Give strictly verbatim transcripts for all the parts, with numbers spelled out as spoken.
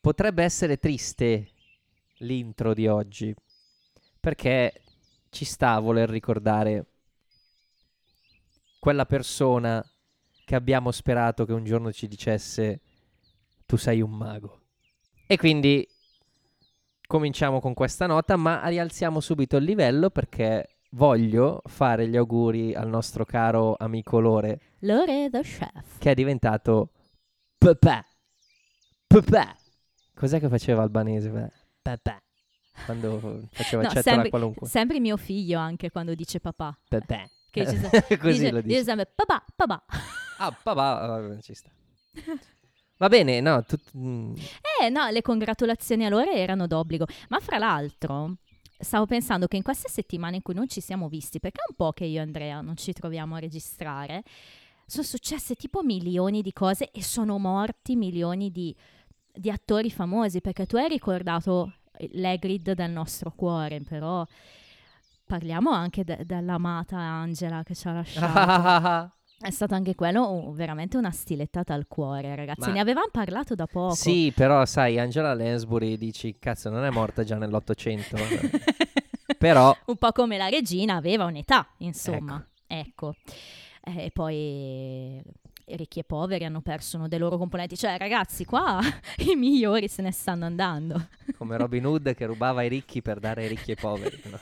potrebbe essere triste l'intro di oggi, perché ci sta a voler ricordare quella persona che abbiamo sperato che un giorno ci dicesse tu sei un mago. E quindi cominciamo con questa nota, ma rialziamo subito il livello perché voglio fare gli auguri al nostro caro amico Lore, Lore the chef, che è diventato papà. Papà. Cos'è che faceva albanese? Papà. Quando faceva no, eccetera sembri, qualunque. sembri mio figlio anche quando dice papà. Papà. Che dice, Così dice, lo dice dice. sempre papà, papà. Ah, papà, ci sta. Va bene, no, tut- mm. Eh no, le congratulazioni a Lore erano d'obbligo. Ma fra l'altro, stavo pensando che in queste settimane in cui non ci siamo visti, perché è un po' che io e Andrea non ci troviamo a registrare, sono successe tipo milioni di cose e sono morti milioni di, di attori famosi, perché tu hai ricordato l'Hagrid del nostro cuore, però parliamo anche de- dell'amata Angela che ci ha lasciato. È stato anche quello uh, veramente una stilettata al cuore, ragazzi. Ma- Ne avevamo parlato da poco. Sì, però sai, Angela Lansbury dici, cazzo, non è morta già nell'Ottocento. Però un po' come la regina aveva un'età, insomma. Ecco. E eh, poi ricchi e poveri hanno perso uno dei loro componenti. Cioè, ragazzi, qua i migliori se ne stanno andando. come Robin Hood che rubava ai ricchi per dare ai ricchi e poveri. No?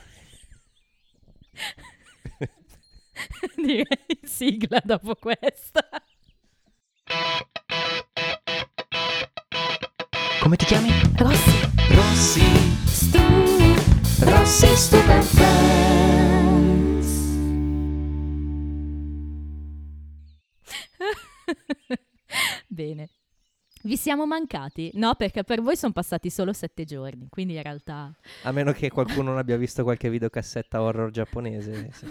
Direi sigla dopo questa. Come ti chiami? Rossi. Rossi. Stu. Rossi Stupid Friends. Bene. Vi siamo mancati? No, perché per voi sono passati solo sette giorni, quindi in realtà... A meno che qualcuno non abbia visto qualche videocassetta horror giapponese. Sì.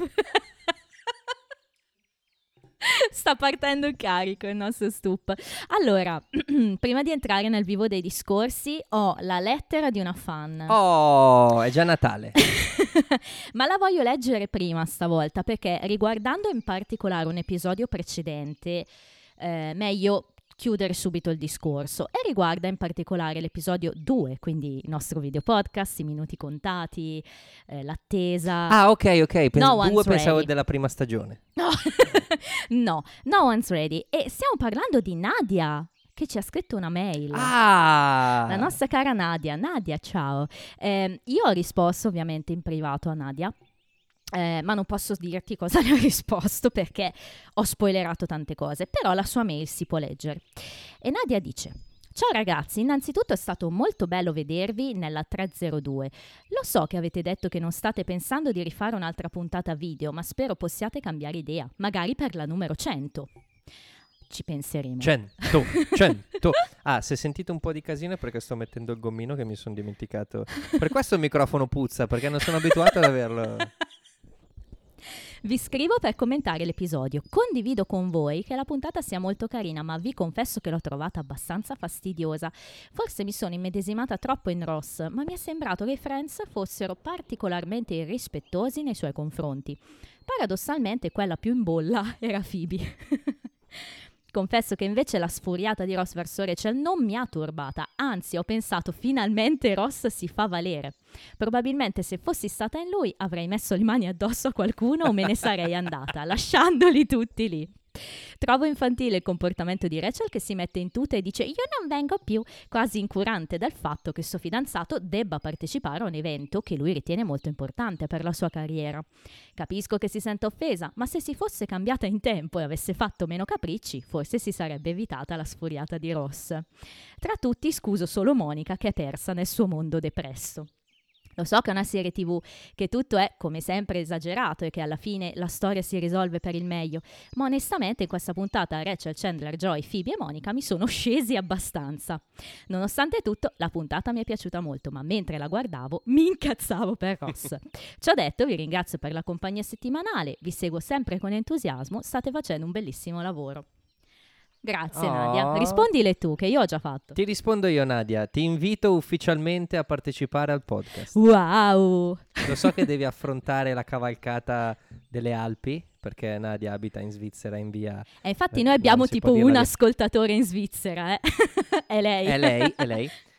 Sta partendo carico il nostro stup. Allora, prima di entrare nel vivo dei discorsi, ho la lettera di una fan. Oh, è già Natale. Ma la voglio leggere prima stavolta, perché riguardando in particolare un episodio precedente, eh, meglio chiudere subito il discorso, e riguarda in particolare l'episodio due, quindi il nostro video podcast, i minuti contati, eh, l'attesa. Ah, ok, ok. Pens- No due one's pensavo ready. della prima stagione. No, no, no one's ready. E stiamo parlando di Nadia, che ci ha scritto una mail. Ah! La nostra cara Nadia. Nadia, ciao. Eh, io ho risposto ovviamente in privato a Nadia, eh, ma non posso dirti cosa le ho risposto perché ho spoilerato tante cose, però la sua mail si può leggere. E Nadia dice: ciao ragazzi, innanzitutto è stato molto bello vedervi nella trecentodue. Lo so che avete detto che non state pensando di rifare un'altra puntata video, ma spero possiate cambiare idea, magari per la numero cento. Ci penseremo. Cento, cento. Ah, se sentite un po' di casino è perché sto mettendo il gommino che mi sono dimenticato. Per questo il microfono puzza, perché non sono abituato ad averlo. Vi scrivo per commentare l'episodio. Condivido con voi che la puntata sia molto carina, ma vi confesso che l'ho trovata abbastanza fastidiosa. Forse mi sono immedesimata troppo in Ross, ma mi è sembrato che i Friends fossero particolarmente irrispettosi nei suoi confronti. Paradossalmente quella più in bolla era Phoebe. Confesso che invece la sfuriata di Ross verso Rachel non mi ha turbata, anzi ho pensato finalmente Ross si fa valere. Probabilmente se fossi stata in lui avrei messo le mani addosso a qualcuno o me ne sarei andata, lasciandoli tutti lì. Trovo infantile il comportamento di Rachel che si mette in tuta e dice io non vengo più, quasi incurante del fatto che suo fidanzato debba partecipare a un evento che lui ritiene molto importante per la sua carriera. Capisco che si senta offesa, ma se si fosse cambiata in tempo e avesse fatto meno capricci, forse si sarebbe evitata la sfuriata di Ross. Tra tutti scuso solo Monica che è persa nel suo mondo depresso. Lo so che è una serie tivù, che tutto è, come sempre, esagerato e che alla fine la storia si risolve per il meglio, ma onestamente in questa puntata Rachel, Chandler, Joy, Phoebe e Monica mi sono scesi abbastanza. Nonostante tutto, la puntata mi è piaciuta molto, ma mentre la guardavo mi incazzavo per Ross. Ciò detto, vi ringrazio per la compagnia settimanale, vi seguo sempre con entusiasmo, state facendo un bellissimo lavoro. Grazie Oh. Nadia, rispondile tu che io ho già fatto. Ti rispondo io, Nadia. Ti invito ufficialmente a partecipare al podcast. Wow! Lo so che devi affrontare la cavalcata delle Alpi, perché Nadia abita in Svizzera in via... E infatti eh, noi abbiamo non si tipo può dire un la via- ascoltatore in Svizzera, eh? È lei. È lei, è lei.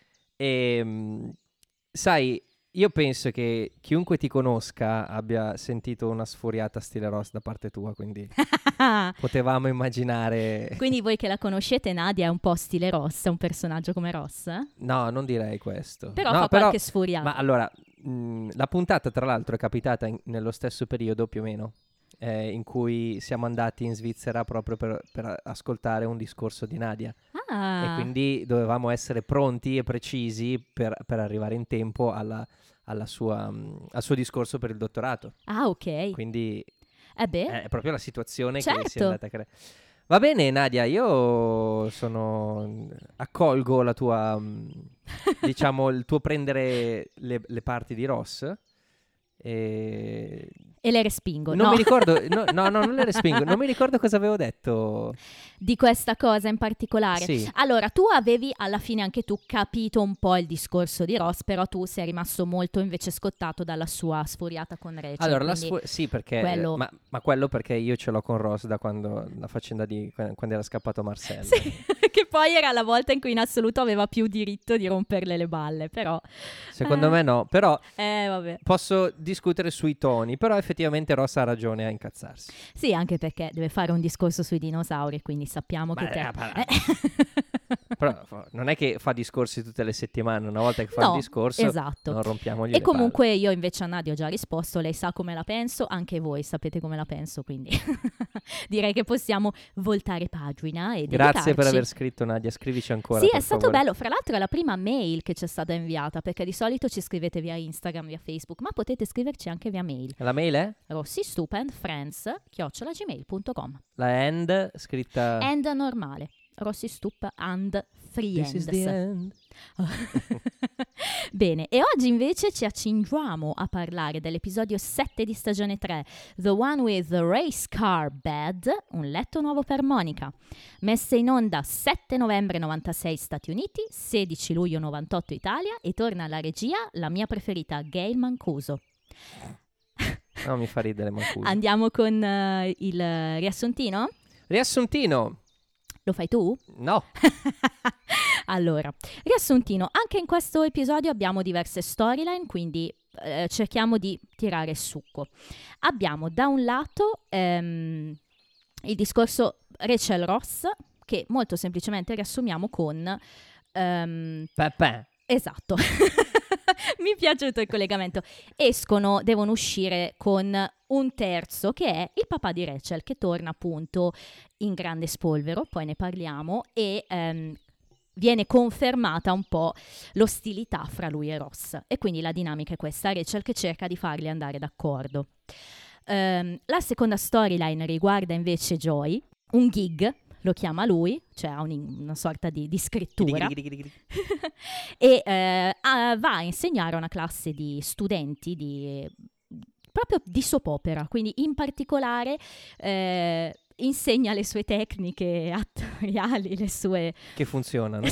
E mh, sai, io penso che chiunque ti conosca abbia sentito una sfuriata stile Ross da parte tua, quindi potevamo immaginare... Quindi voi che la conoscete, Nadia è un po' stile Ross, è un personaggio come Ross? Eh? No, non direi questo. Però no, fa però, qualche sfuriata. Ma allora, mh, la puntata tra l'altro è capitata in- nello stesso periodo più o meno, eh, in cui siamo andati in Svizzera proprio per, per ascoltare un discorso di Nadia. Ah. E quindi dovevamo essere pronti e precisi per, per arrivare in tempo alla, alla sua, mh, al suo discorso per il dottorato. Ah, ok. Quindi Eh beh, è proprio la situazione certo. che si è andata a creare. Va bene, Nadia, io sono accolgo la tua, mh, diciamo, il tuo prendere le, le parti di Ross. E... e le respingo. Non no. mi ricordo, no, no, no, non le respingo. Non mi ricordo cosa avevo detto. Di questa cosa in particolare. Sì. Allora, tu avevi alla fine anche tu capito un po' il discorso di Ross, però tu sei rimasto molto invece scottato dalla sua sfuriata con Rachel. Allora, la quindi sfu- sì, perché quello- ma, ma quello perché io ce l'ho con Ross da quando la faccenda di quando era scappato Marcel. Sì, che poi era la volta in cui in assoluto aveva più diritto di romperle le balle, però... Secondo eh, me no, però Eh, vabbè. posso discutere sui toni, però effettivamente Ross ha ragione a incazzarsi. Sì, anche perché deve fare un discorso sui dinosauri, quindi sappiamo Ma che te... eh, pa- Eh. Però fa- non è che fa discorsi tutte le settimane, una volta che fa No, il discorso esatto. non rompiamogli E le comunque io invece a Nadia ho già risposto, lei sa come la penso, anche voi sapete come la penso, quindi direi che possiamo voltare pagina e palle. Grazie per dedicarci. aver scritto, Nadia, scrivici ancora. Sì, per è stato favore. bello. Fra l'altro è la prima mail che ci è stata inviata, perché di solito ci scrivete via Instagram, via Facebook, ma potete scriverci anche via mail. La mail è? rossistupandfriends chiocciola gmail punto com. La end scritta... And normale. Rossistup and This is the friends. end. Bene, e oggi invece ci accingiamo a parlare dell'episodio sette di stagione tre, The One with the Race Car Bed, un letto nuovo per Monica. Messa in onda sette novembre novantasei Stati Uniti, sedici luglio novantotto Italia, e torna alla regia la mia preferita, Gail Mancuso. No, mi fa ridere, Mancuso. Andiamo con eh, il riassuntino? Riassuntino. Lo fai tu? No. Allora, riassuntino, anche in questo episodio abbiamo diverse storyline, quindi eh, cerchiamo di tirare il succo. Abbiamo da un lato ehm, il discorso Rachel Ross, che molto semplicemente riassumiamo con... ehm, Pepe. esatto, mi è piaciuto il collegamento. Escono, devono uscire con un terzo, che è il papà di Rachel, che torna appunto in grande spolvero, poi ne parliamo, e ehm, viene confermata un po' l'ostilità fra lui e Ross. E quindi la dinamica è questa, Rachel che cerca di farli andare d'accordo. Ehm, la seconda storyline riguarda invece Joy, un gig, lo chiama lui, cioè ha un, una sorta di, di scrittura, e eh, a, va a insegnare a una classe di studenti di, proprio di soap opera, quindi in particolare eh, insegna le sue tecniche attoriali, le sue... Che funzionano.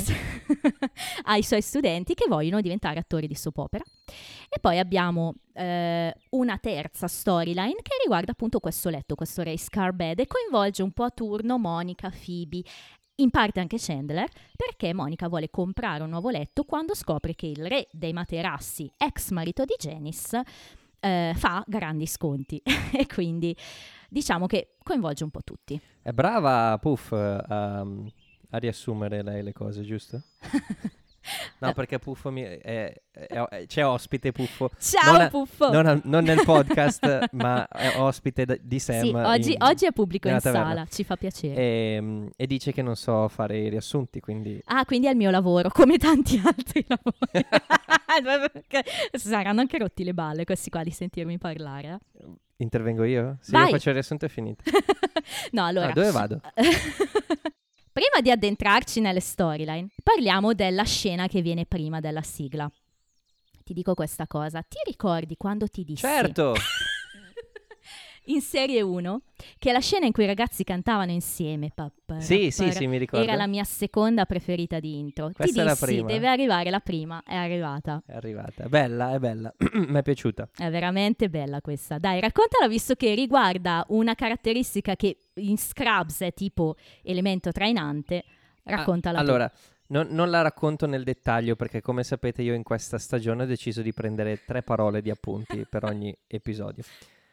ai suoi studenti che vogliono diventare attori di soap opera. E poi abbiamo eh, una terza storyline che riguarda appunto questo letto, questo race car bed, e coinvolge un po' a turno Monica, Phoebe, in parte anche Chandler, perché Monica vuole comprare un nuovo letto quando scopre che il re dei materassi, ex marito di Janice, eh, fa grandi sconti e quindi diciamo che coinvolge un po' tutti. È brava Puff a, a riassumere lei le cose, giusto? No, perché Puffo mi è, è- è- c'è ospite Puffo. Ciao Non a- Puffo! Non, a- non nel podcast, ma è ospite d- di Sam. Sì, oggi, in- oggi è pubblico in nella taverna. sala, ci fa piacere. E, e dice che non so fare i riassunti, quindi Ah, quindi è il mio lavoro, come tanti altri lavori. Perché saranno anche rotti le balle questi qua di sentirmi parlare. eh. intervengo io? Se Vai. io faccio il riassunto è finito. No, allora... Ah, dove vado? Prima di addentrarci nelle storyline, parliamo della scena che viene prima della sigla. Ti dico questa cosa, ti ricordi quando ti dissi Certo! in serie uno che la scena in cui i ragazzi cantavano insieme, pa, pa, Sì, pa, sì, pa, sì, mi ricordo. era la mia seconda preferita di intro. Questa ti è la dissi, prima. deve arrivare la prima, è arrivata. È arrivata. È bella, è bella. Mi è piaciuta. È veramente bella questa. Dai, raccontala, visto che riguarda una caratteristica che in Scrubs è tipo elemento trainante. Raccontala Ah, tu. allora, Non, non la racconto nel dettaglio perché, come sapete, io in questa stagione ho deciso di prendere tre parole di appunti per ogni episodio.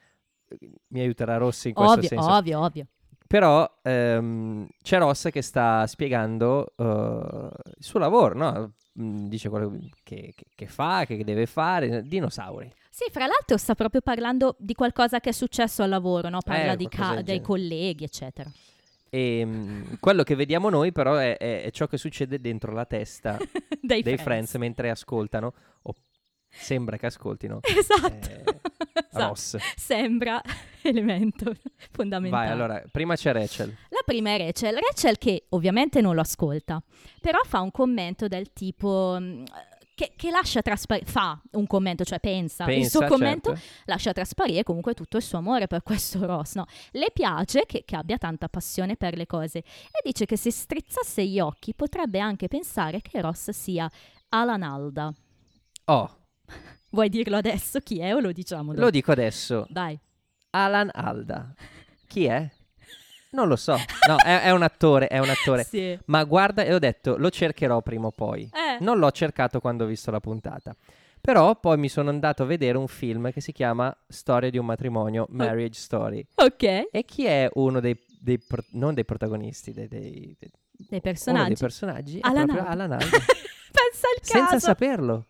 Mi aiuterà Ross in questo Ovvio, senso. ovvio, ovvio. Però ehm, c'è Ross che sta spiegando uh, il suo lavoro, no? Mm, Dice quello che, che- che fa, che deve fare, dinosauri. Sì, fra l'altro sta proprio parlando di qualcosa che è successo al lavoro, no? Parla Eh, di qualcosa ca- del dei genere. colleghi, eccetera. E mm, quello che vediamo noi però è, è- è ciò che succede dentro la testa dei, dei Friends. Friends mentre ascoltano, o sembra che ascoltino, Esatto. eh, Esatto. Ross. Sembra elemento fondamentale. Vai, allora, prima c'è Rachel. La prima è Rachel. Rachel che ovviamente non lo ascolta, però fa un commento del tipo... mh, Che, che lascia trasparire, fa un commento, cioè pensa, il Pensa, suo commento certo. lascia trasparire comunque tutto il suo amore per questo Ross, no? Le piace che, che abbia tanta passione per le cose e dice che se strizzasse gli occhi potrebbe anche pensare che Ross sia Alan Alda. Oh, Vuoi dirlo adesso chi è o lo diciamo dopo? lo dico adesso. Dai. Alan Alda. Chi è? Non lo so. No, è, è un attore, è un attore. Sì. Ma guarda, e ho detto, lo cercherò prima o poi. Eh. Non l'ho cercato quando ho visto la puntata. Però poi mi sono andato a vedere un film che si chiama Storia di un matrimonio, Marriage Story. Ok. E chi è uno dei, dei pro- non dei protagonisti, dei, dei, dei- Dei uno personaggi. dei personaggi è Alan proprio Alda. Alan Alda. Pensa al caso. Senza saperlo.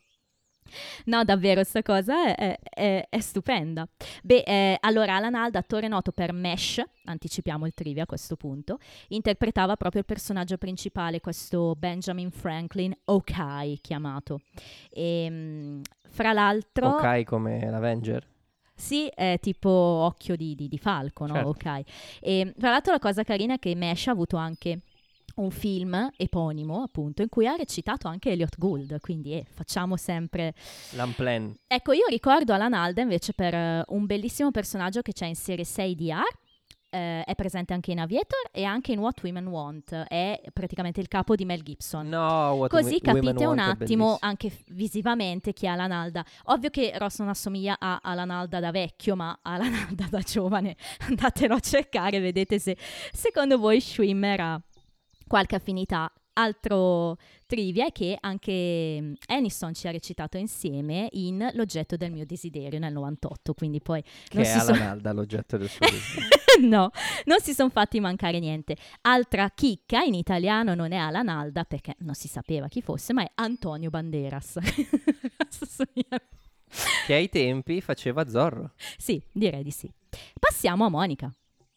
No, davvero, sta cosa è, è- è- è stupenda. Beh, eh, allora, Alan Alda, attore noto per MASH, anticipiamo il trivia a questo punto, interpretava proprio il personaggio principale, questo Benjamin Franklin Ok chiamato. E, mh, fra l'altro... Ok, come l'Avenger. Sì, è tipo occhio di, di- di falco, no? Certo. Ok. E tra l'altro la cosa carina è che MASH ha avuto anche un film eponimo, appunto, in cui ha recitato anche Elliot Gould, quindi eh, facciamo sempre... L'Unplan. Ecco, io ricordo Alan Alda invece per eh, un bellissimo personaggio che c'è in serie sei di R, eh, è presente anche in Aviator e anche in What Women Want, è praticamente il capo di Mel Gibson. No, What Così Wi- Women capite un Want è attimo bellissimo. anche f- visivamente chi è Alan Alda. Ovvio che Ross non assomiglia a Alan Alda da vecchio, ma Alan Alda da giovane. Andatelo a cercare, vedete se secondo voi Schwimmer ha qualche affinità. Altro trivia è che anche mm, Aniston ci ha recitato insieme in L'oggetto del mio desiderio nel novantotto, quindi poi Che non è si Alan sono... Alda, l'oggetto del suo desiderio. no, non si sono fatti mancare niente. Altra chicca, in italiano non è Alan Alda perché non si sapeva chi fosse, ma è Antonio Banderas. Assomiglia- Che ai tempi faceva Zorro. sì, direi di sì. Passiamo a Monica.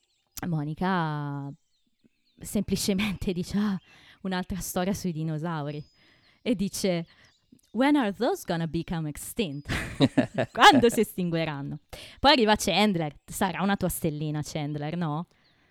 Monica semplicemente dice ah, un'altra storia sui dinosauri e dice when are those gonna become extinct? Quando si estingueranno? Poi arriva Chandler, sarà una tua stellina Chandler, no?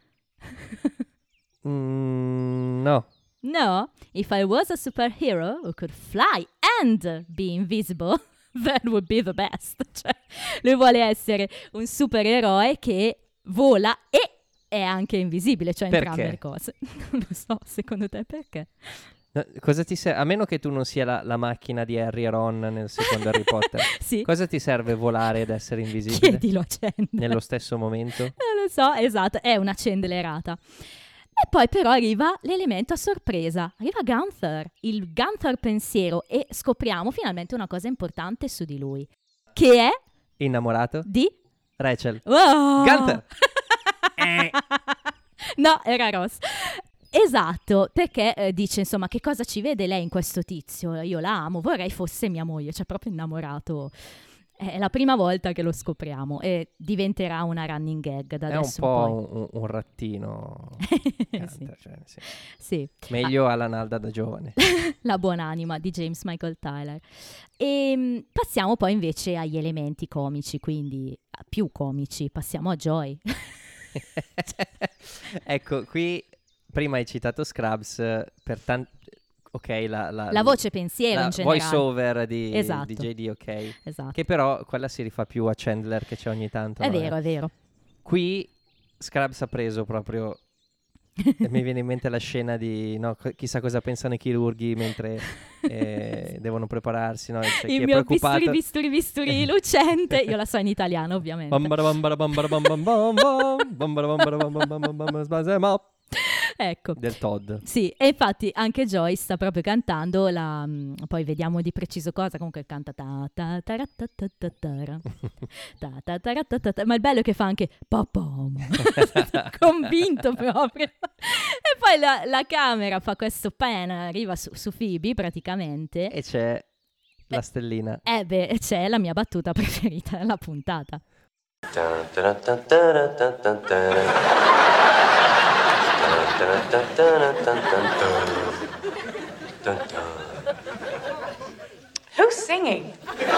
Mm, no. No, if I was a superhero who could fly and be invisible, that would be the best. Cioè, lui vuole essere un supereroe che vola e è anche invisibile, cioè Perché? entrambe le cose. Non lo so, secondo te perché? No, cosa ti serve? A meno che tu non sia la, la macchina di Harry e Ron nel secondo Harry Potter. Sì, Cosa ti serve volare ed essere invisibile chiedilo a Chandler. nello stesso momento? Non lo so, esatto, è una cendelerata. E poi però arriva l'elemento a sorpresa, arriva Gunther, il Gunther pensiero e scopriamo finalmente una cosa importante su di lui, che è Innamorato? di... Rachel. Oh! Gunther! No, era Ross. Esatto, perché eh, dice insomma che cosa ci vede lei in questo tizio, io la amo, vorrei fosse mia moglie, cioè proprio innamorato. È la prima volta che lo scopriamo e diventerà una running gag da È un adesso in po' poi. un, un rattino. Sì. Gunther, cioè, sì. Sì, Meglio Alan Alda da giovane. la buonanima di James Michael Tyler. E mh, passiamo poi invece agli elementi comici, quindi a più comici, passiamo a Joy. Ecco, qui prima hai citato Scrubs eh, per tanti... Ok, la, la, La voce pensiero la in generale. voice over di, Esatto. di J D, ok. Esatto. Che però quella si rifà più a Chandler che c'è ogni tanto. È no? vero, è vero. Qui Scrubs ha preso proprio... e mi viene in mente la scena di no, co- chissà cosa pensano i chirurghi mentre eh, devono prepararsi, no? Cioè, chi Il è mio preoccupato bisturi bisturi bisturi lucente. Io la so in italiano, ovviamente. Bambara bambara bambara bam bam bam bam, bambara bambara bam bam bam bam bam, spasemo. Ecco. Del Todd. Sì, e infatti anche Joyce sta proprio cantando la, mh, poi vediamo di preciso cosa, comunque canta ta ta ta ra ta ta ta ta ra. Ta ta ta ra ta ta ta, ma il bello è che fa anche papam, convinto proprio. E poi la, la camera fa questo pan, arriva su, su Phoebe praticamente. E c'è la stellina. Eh beh, c'è la mia battuta preferita della puntata. Who's singing?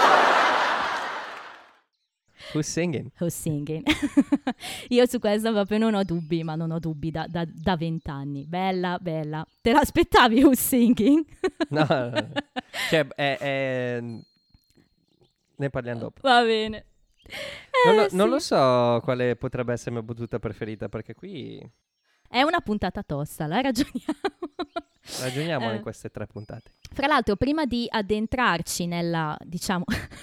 Who's singing? Who's singing? Io su questo proprio non ho dubbi, ma non ho dubbi da, da, da vent'anni. Bella, bella. Te l'aspettavi Who's singing? No, no, no. Cioè, è, è... ne parliamo dopo. Va bene. Eh, Non lo, sì. non lo so quale potrebbe essere la mia battuta preferita, perché qui È una puntata tosta, la ragioniamo. ragioniamo Eh. in queste tre puntate. Fra l'altro, prima di addentrarci nella, diciamo,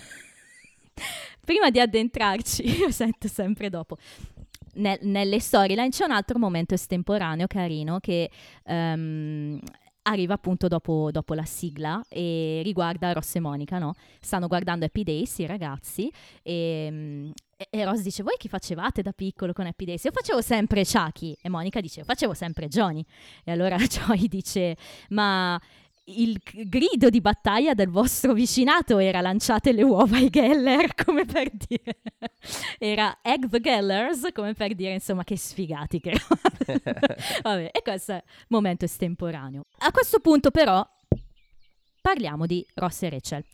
prima di addentrarci, io sento sempre dopo, nel- nelle storyline c'è un altro momento estemporaneo carino che ehm, arriva appunto dopo, dopo la sigla e riguarda Ross e Monica, no? Stanno guardando Happy Days, i ragazzi, e, mm, e- e Ross dice: voi chi facevate da piccolo con Happy Days? Io facevo sempre Chucky, e Monica dice: io facevo sempre Johnny. E allora Joy dice: ma il c- grido di battaglia del vostro vicinato era lanciate le uova ai Geller, come per dire, era egg the Gellers, come per dire insomma che sfigati che eravate. Vabbè, e questo è momento estemporaneo. A questo punto però parliamo di Ross e Rachel.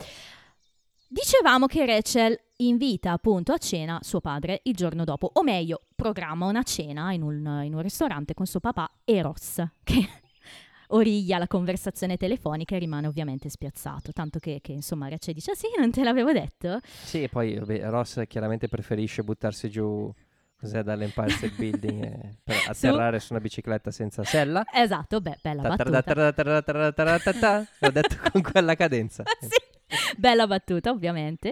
Dicevamo che Rachel invita appunto a cena suo padre il giorno dopo, o meglio programma una cena in un, in un ristorante con suo papà e Ross, che origlia la conversazione telefonica e rimane ovviamente spiazzato, tanto che, che insomma Rachel dice: sì, non te l'avevo detto? Sì, e poi vabbè, Ross chiaramente preferisce buttarsi giù cos'è, dall'Empire State Building e per atterrare su una bicicletta senza sella. Esatto, beh, bella Ta- battuta. tarada- tarada- tarada- tarada- tarada. L'ho detto con quella cadenza. Sì, bella battuta ovviamente.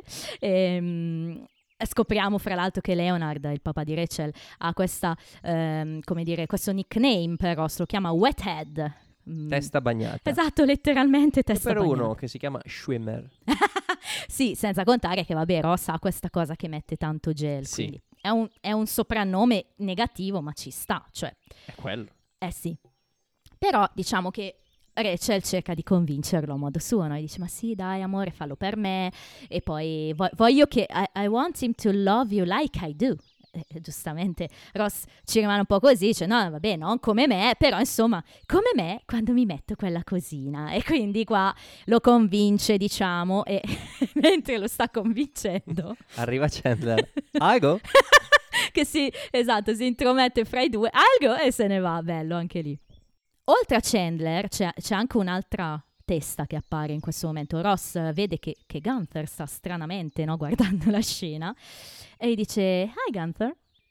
Ehm, scopriamo fra l'altro che Leonard, il papà di Rachel, ha questa, ehm, come dire, questo nickname per Ross, lo chiama Wethead. Mm, Testa bagnata. Esatto, letteralmente E testa per bagnata. uno che si chiama Schwimmer. Sì, senza contare che vabbè, Ross ha questa cosa che mette tanto gel, Sì. quindi è un, è un soprannome negativo, ma ci sta, cioè, È quello. eh sì. Però diciamo che Rachel cerca di convincerlo a modo suo, no? E dice: ma sì, dai amore, fallo per me, e poi vo- voglio che I, I want him to love you like I do. E giustamente Ross ci rimane un po' così, dice: no, vabbè, non come me, però insomma come me quando mi metto quella cosina. E quindi qua lo convince, diciamo, e mentre lo sta convincendo Arriva Chandler. Algo? che si, esatto, si intromette fra i due, algo, e se ne va, bello anche lì. Oltre a Chandler c'è, c'è anche un'altra testa che appare in questo momento. Ross vede che, che Gunther sta stranamente, no, guardando la scena e gli dice: hi Gunther.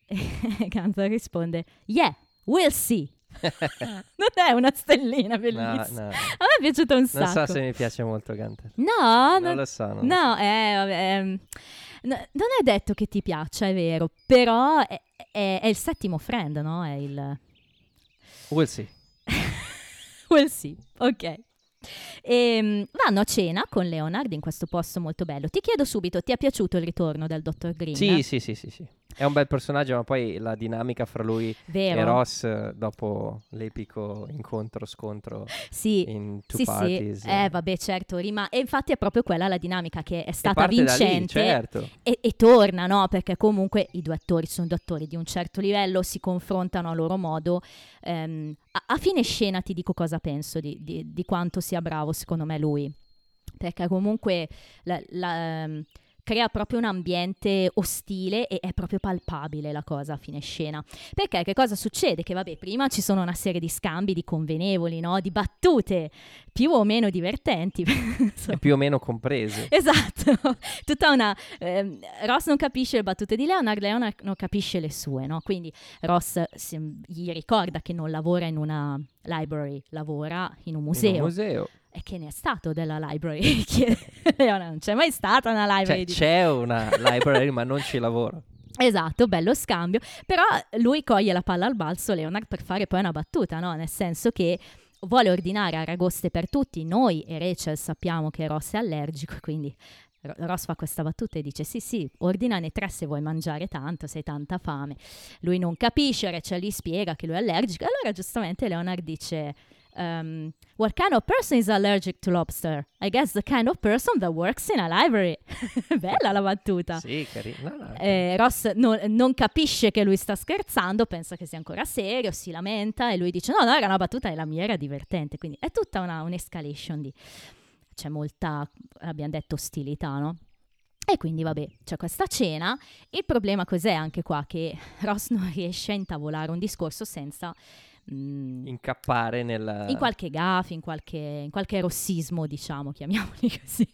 E Gunther risponde: yeah, we'll see. Non è una stellina bellissima. No, no. A me è piaciuto un Non sacco. so se mi piace molto Gunther. No, Non non- lo so. non lo no, eh, vabbè, ehm, no, non è detto che ti piaccia, è vero, però è, è- è il settimo friend, no? È il... so. We'll see. Well, sì, ok. Ehm, vanno a cena con Leonard in questo posto molto bello. Ti chiedo subito, ti è piaciuto il ritorno del dottor Green? Sì, sì, sì, sì, sì. È un bel personaggio, ma poi la dinamica fra lui Vero? e Ross eh, dopo l'epico incontro-scontro Sì, in Two sì, Parties. sì. Eh, vabbè, certo, rima... e infatti è proprio quella la dinamica che è E stata parte da lì, vincente. certo. E, e torna, no? Perché comunque i due attori sono due attori di un certo livello, si confrontano a loro modo. Ehm, a, a fine scena ti dico cosa penso di, di- di quanto sia bravo secondo me lui. Perché comunque la- la, ehm, crea proprio un ambiente ostile e è proprio palpabile la cosa a fine scena. Perché che cosa succede? Che vabbè, prima ci sono una serie di scambi, di convenevoli, no? Di battute più o meno divertenti. Insomma. E più o meno comprese. Esatto, tutta una... ehm, Ross non capisce le battute di Leonard, Leonard non capisce le sue, no? Quindi Ross si- gli ricorda che non lavora in una library, lavora in un museo. In un museo. E che ne è stato della library? Chiede Leonard, non c'è mai stata una library Cioè, di... c'è una library, ma non ci lavoro. Esatto, bello scambio, però lui coglie la palla al balzo, Leonard, per fare poi una battuta, no? Nel senso che vuole ordinare aragoste per tutti, noi e Rachel sappiamo che Ross è allergico, quindi Ross fa questa battuta e dice sì sì, ordinane tre se vuoi mangiare tanto, se hai tanta fame. Lui non capisce, Rachel gli spiega che lui è allergico, allora giustamente Leonard dice um, what kind of person is allergic to lobster? I guess the kind of person that works in a library. Bella la battuta. Sì, carino. No, no. Eh, Ross non, non capisce che lui sta scherzando, pensa che sia ancora serio, si lamenta e lui dice no, no, era una battuta e la mia era divertente, quindi è tutta una, un'escalation di... c'è molta, abbiamo detto, ostilità, no? E quindi vabbè, c'è questa cena. Il problema cos'è anche qua? Che Ross non riesce a intavolare un discorso senza... Mm, incappare nel... in qualche gaffe, in qualche, in qualche rossismo, diciamo, chiamiamoli così.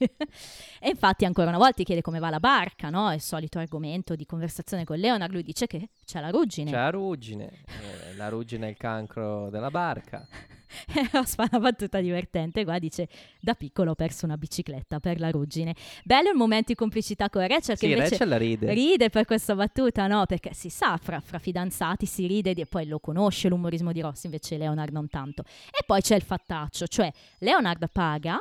E infatti ancora una volta chiede come va la barca, no? È il solito argomento di conversazione con Leonard, lui dice che c'è la ruggine. C'è la ruggine, eh, la ruggine è il cancro della barca. E Ross fa una battuta divertente qua, dice da piccolo ho perso una bicicletta per la ruggine. Bello il momento di complicità con Rachel, che sì, invece Rachel la ride. ride per questa battuta, no? Perché si sa, fra, fra fidanzati si ride e poi lo conosce l'umorismo di Ross, invece Leonard non tanto. E poi c'è il fattaccio, cioè Leonard paga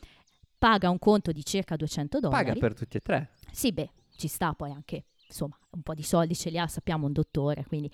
paga un conto di circa duecento dollari. Paga per tutti e tre. Sì, beh, ci sta poi anche, insomma, un po' di soldi ce li ha, sappiamo, un dottore, quindi.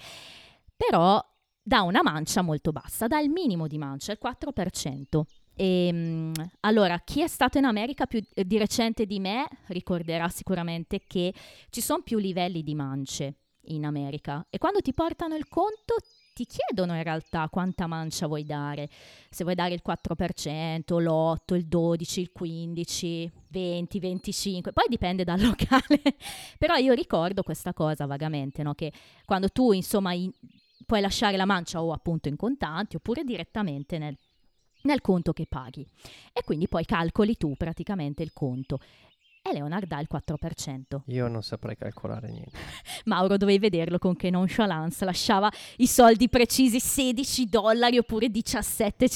Però dà una mancia molto bassa, dà il minimo di mancia, il quattro per cento. E, mh, allora, chi è stato in America più eh, di recente di me ricorderà sicuramente che ci sono più livelli di mance in America e quando ti portano il conto ti chiedono in realtà quanta mancia vuoi dare, se vuoi dare il quattro per cento, l'otto, il dodici, il quindici, venti, venticinque, poi dipende dal locale. Però io ricordo questa cosa vagamente, no? Che quando tu insomma in, puoi lasciare la mancia o appunto in contanti oppure direttamente nel, nel conto che paghi e quindi poi calcoli tu praticamente il conto e Leonard dà il quattro per cento. Io non saprei calcolare niente. Mauro, dovevi vederlo con che nonchalance, lasciava i soldi precisi, sedici dollari oppure diciassette.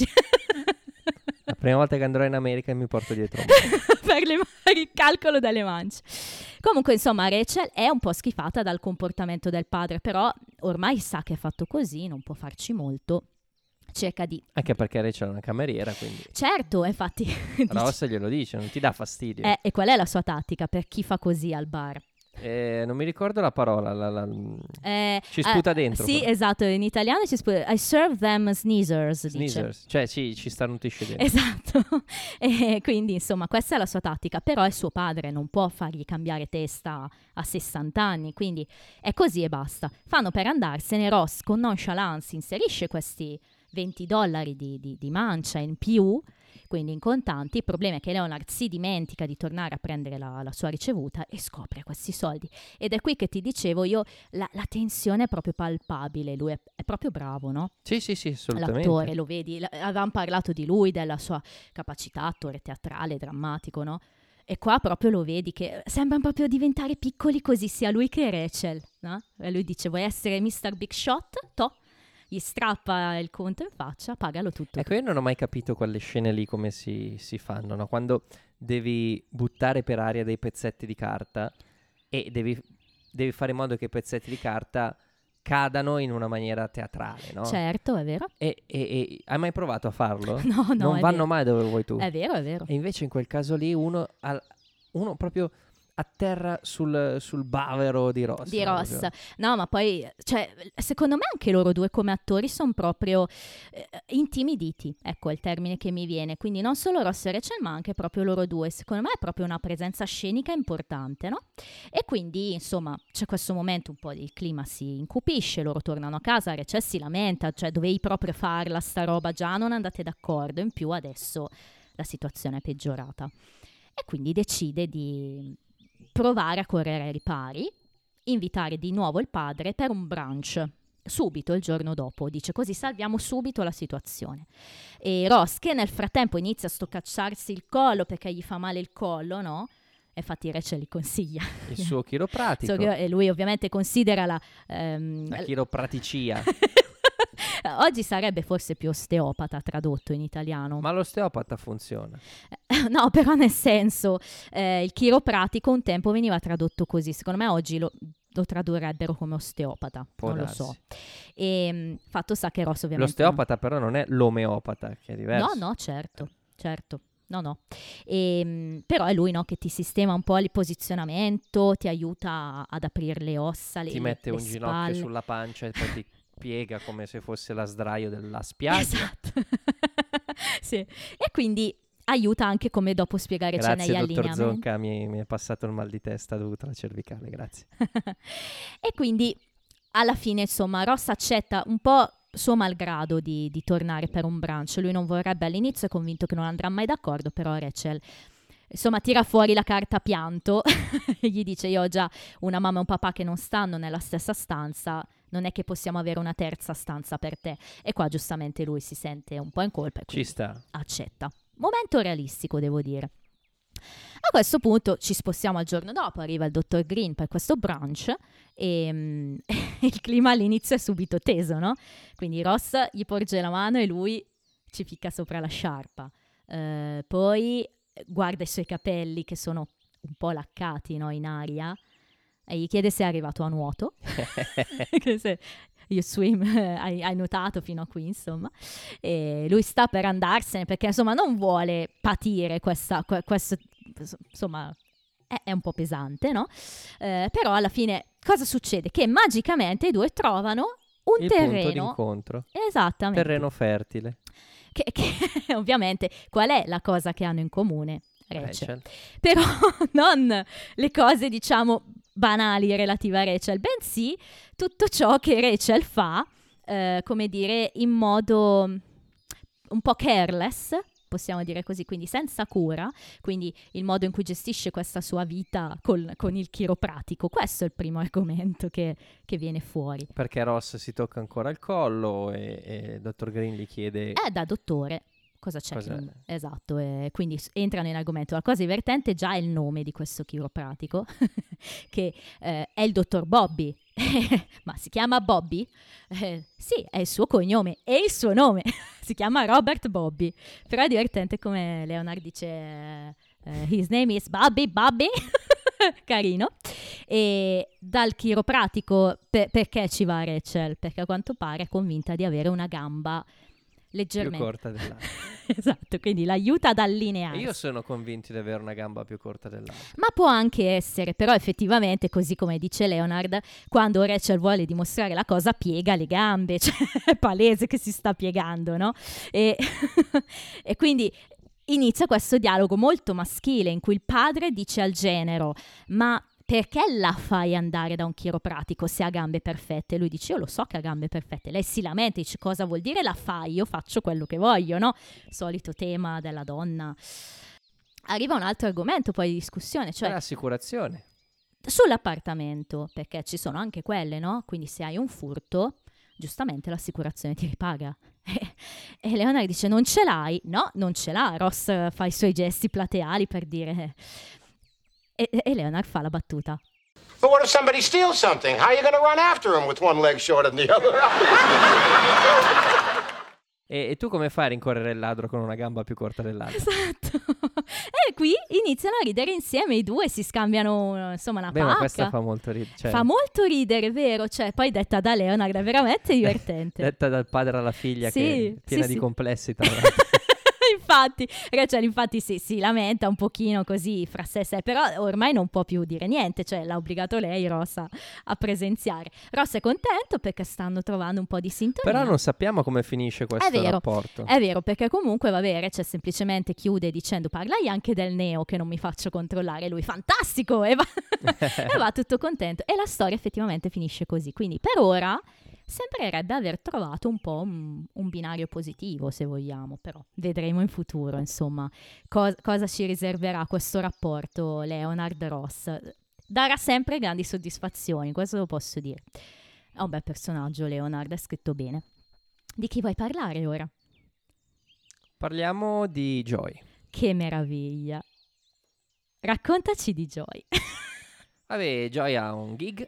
La prima volta che andrò in America mi porto dietro per, le, per il calcolo delle mance. Comunque, insomma, Rachel è un po' schifata dal comportamento del padre, però ormai sa che è fatto così, non può farci molto. Cerca di... Anche perché Rachel è una cameriera, quindi... Certo, infatti... Ross glielo dice, non ti dà fastidio. Eh, e qual è la sua tattica per chi fa così al bar? Eh, non mi ricordo la parola, la, la, Eh, ci sputa eh, dentro. Sì, però. esatto, in italiano ci sputa... I serve them sneezers, Sneezers, dice. cioè sì, ci starnutisce dentro. Esatto, e quindi insomma questa è la sua tattica, però è suo padre, non può fargli cambiare testa a sessanta anni, quindi è così e basta. Fanno per andarsene, Ross con nonchalance inserisce questi venti dollari di, di, di mancia in più, quindi in contanti. Il problema è che Leonard si dimentica di tornare a prendere la, la sua ricevuta e scopre questi soldi. Ed è qui che ti dicevo io, la, la tensione è proprio palpabile, lui è, è proprio bravo, no? Sì, sì, sì, assolutamente. L'attore, lo vedi, l- avevamo parlato di lui, della sua capacità, attore teatrale, drammatico, no? E qua proprio lo vedi che sembrano proprio diventare piccoli così, sia lui che Rachel, no? E lui dice, vuoi essere mister Big Shot? Toh. Gli strappa il conto in faccia, pagalo tutto. Ecco, io non ho mai capito quelle scene lì come si, si fanno, no? Quando devi buttare per aria dei pezzetti di carta e devi, devi fare in modo che i pezzetti di carta cadano in una maniera teatrale, no? Certo, è vero. E, e, e hai mai provato a farlo? No, no, Non è vanno vero. mai dove vuoi tu. È vero, è vero. E invece in quel caso lì uno, al, uno proprio atterra sul, sul bavero di Ross. Di no? Ross. Proprio. No, ma poi, cioè, secondo me anche loro due come attori sono proprio eh, intimiditi, ecco il termine che mi viene. Quindi non solo Ross e Rachel, ma anche proprio loro due. Secondo me è proprio una presenza scenica importante, no? E quindi, insomma, c'è questo momento un po' il clima si incupisce, loro tornano a casa, Rachel si lamenta, cioè dovevi proprio farla sta roba, già non andate d'accordo, in più adesso la situazione è peggiorata. E quindi decide di provare a correre ai ripari, invitare di nuovo il padre per un brunch subito il giorno dopo, dice così salviamo subito la situazione. E Ross, che nel frattempo inizia a stoccacciarsi il collo perché gli fa male il collo, no? E infatti Rachel gli consiglia Il suo chiropratico. e lui ovviamente considera la, ehm, La chiropraticia. oggi sarebbe forse più osteopata tradotto in italiano. Ma l'osteopata funziona. No, però nel senso, eh, il chiropratico un tempo veniva tradotto così. Secondo me oggi lo, lo tradurrebbero come osteopata, Può non darsi. lo so. E mh, fatto sta che Ross ovviamente... L'osteopata però non è l'omeopata, che è diverso. No, no, certo, certo. No, no. E, mh, però è lui, no, che ti sistema un po' il posizionamento, ti aiuta ad aprire le ossa, le, Ti mette le un ginocchio spalle. sulla pancia e poi ti piega come se fosse la sdraio della spiaggia. Esatto. Sì. E quindi aiuta anche come dopo spiegare c'è negli Grazie, dottor allineamenti. Zonca, mi, mi è passato il mal di testa dovuto alla cervicale, grazie. E quindi alla fine, insomma, Ross accetta un po' suo malgrado di, di tornare per un brunch. Lui non vorrebbe all'inizio, è convinto che non andrà mai d'accordo, però Rachel insomma tira fuori la carta pianto e gli dice: io ho già una mamma e un papà che non stanno nella stessa stanza, non è che possiamo avere una terza stanza per te. E qua giustamente lui si sente un po' in colpa e Ci quindi sta. accetta. Momento realistico, devo dire. A questo punto ci spostiamo al giorno dopo, arriva il dottor Green per questo brunch e mm, il clima all'inizio è subito teso, no? Quindi Ross gli porge la mano e lui ci ficca sopra la sciarpa. Eh, poi guarda i suoi capelli che sono un po' laccati, no, in aria e gli chiede se è arrivato a nuoto. Che se you swim, eh, hai, hai nuotato fino a qui, insomma. E lui sta per andarsene perché insomma non vuole patire questa, que- questo, insomma è, è un po' pesante, no? Eh, però alla fine cosa succede? Che magicamente i due trovano un Il punto terreno, d'incontro. esattamente, Terreno fertile. che, che ovviamente qual è la cosa che hanno in comune? Rachel. Rachel. Però non le cose, diciamo, banali relative a Rachel, bensì tutto ciò che Rachel fa, eh, come dire, in modo un po' careless, possiamo dire così, quindi senza cura, quindi il modo in cui gestisce questa sua vita col- con il chiropratico. Questo è il primo argomento che, che viene fuori. Perché Ross si tocca ancora il collo e, e il dottor Green gli chiede... È da dottore. Cosa c'è? Cos'è? Che non- Esatto, e quindi s- entrano in argomento. La cosa divertente già è il nome di questo chiropratico, che eh, è il dottor Bobby. Ma si chiama Bobby? Eh, sì, è il suo cognome e il suo nome. Si chiama Robert Bobby. Però è divertente come Leonard dice eh, eh, his name is Bobby, Bobby. Carino. E dal chiropratico, pe- perché ci va Rachel? Perché a quanto pare è convinta di avere una gamba più leggermente corta dell'altra. esatto, quindi l'aiuta ad E allinearsi. io sono convinto di avere una gamba più corta dell'altra. Ma può anche essere, però effettivamente, così come dice Leonard, quando Rachel vuole dimostrare la cosa piega le gambe, cioè è palese che si sta piegando, no? E, e quindi inizia questo dialogo molto maschile in cui il padre dice al genero: ma perché la fai andare da un chiropratico se ha gambe perfette? Lui dice: io lo so che ha gambe perfette. Lei si lamenta e dice: cosa vuol dire la fai? Io faccio quello che voglio, no? Solito tema della donna. Arriva un altro argomento poi di discussione, cioè L'assicurazione. sull'appartamento, perché ci sono anche quelle, no? Quindi se hai un furto, giustamente l'assicurazione ti ripaga. E Leonard dice: non ce l'hai? No, non ce l'ha. Ross fa i suoi gesti plateali per dire... E, e Leonard fa la battuta: But what if somebody steals something? How are you going to run after him with one leg shorter than the other? E, e tu come fai a rincorrere il ladro con una gamba più corta dell'altra? esatto. E qui iniziano a ridere insieme i due, si scambiano insomma una Beh, pacca. ma questa fa molto ridere. Cioè, Fa molto ridere, vero? Cioè, poi detta da Leonard è veramente divertente. detta dal padre alla figlia, Sì, che è piena sì, di sì. complessi, tra l'altro. Infatti, Rachel infatti si, si lamenta un pochino così fra sé e sé, però ormai non può più dire niente, cioè l'ha obbligato lei, Ross, a, a presenziare. Ross è contento perché stanno trovando un po' di sintonia. Però non sappiamo come finisce questo È vero, rapporto. È vero, perché comunque va bene, Rachel semplicemente chiude dicendo: parlai anche del neo che non mi faccio controllare. E lui: fantastico! E va, e va tutto contento. E la storia effettivamente finisce così. Quindi per ora sembrerebbe aver trovato un po' un, un binario positivo, se vogliamo, però vedremo in futuro, insomma, co- cosa ci riserverà questo rapporto Leonard-Ross. Darà sempre grandi soddisfazioni, questo lo posso dire. È un bel personaggio, Leonard, è scritto bene. Di chi vuoi parlare ora? Parliamo di Joy. Che meraviglia! Raccontaci di Joy. Vabbè, Joy ha un gig.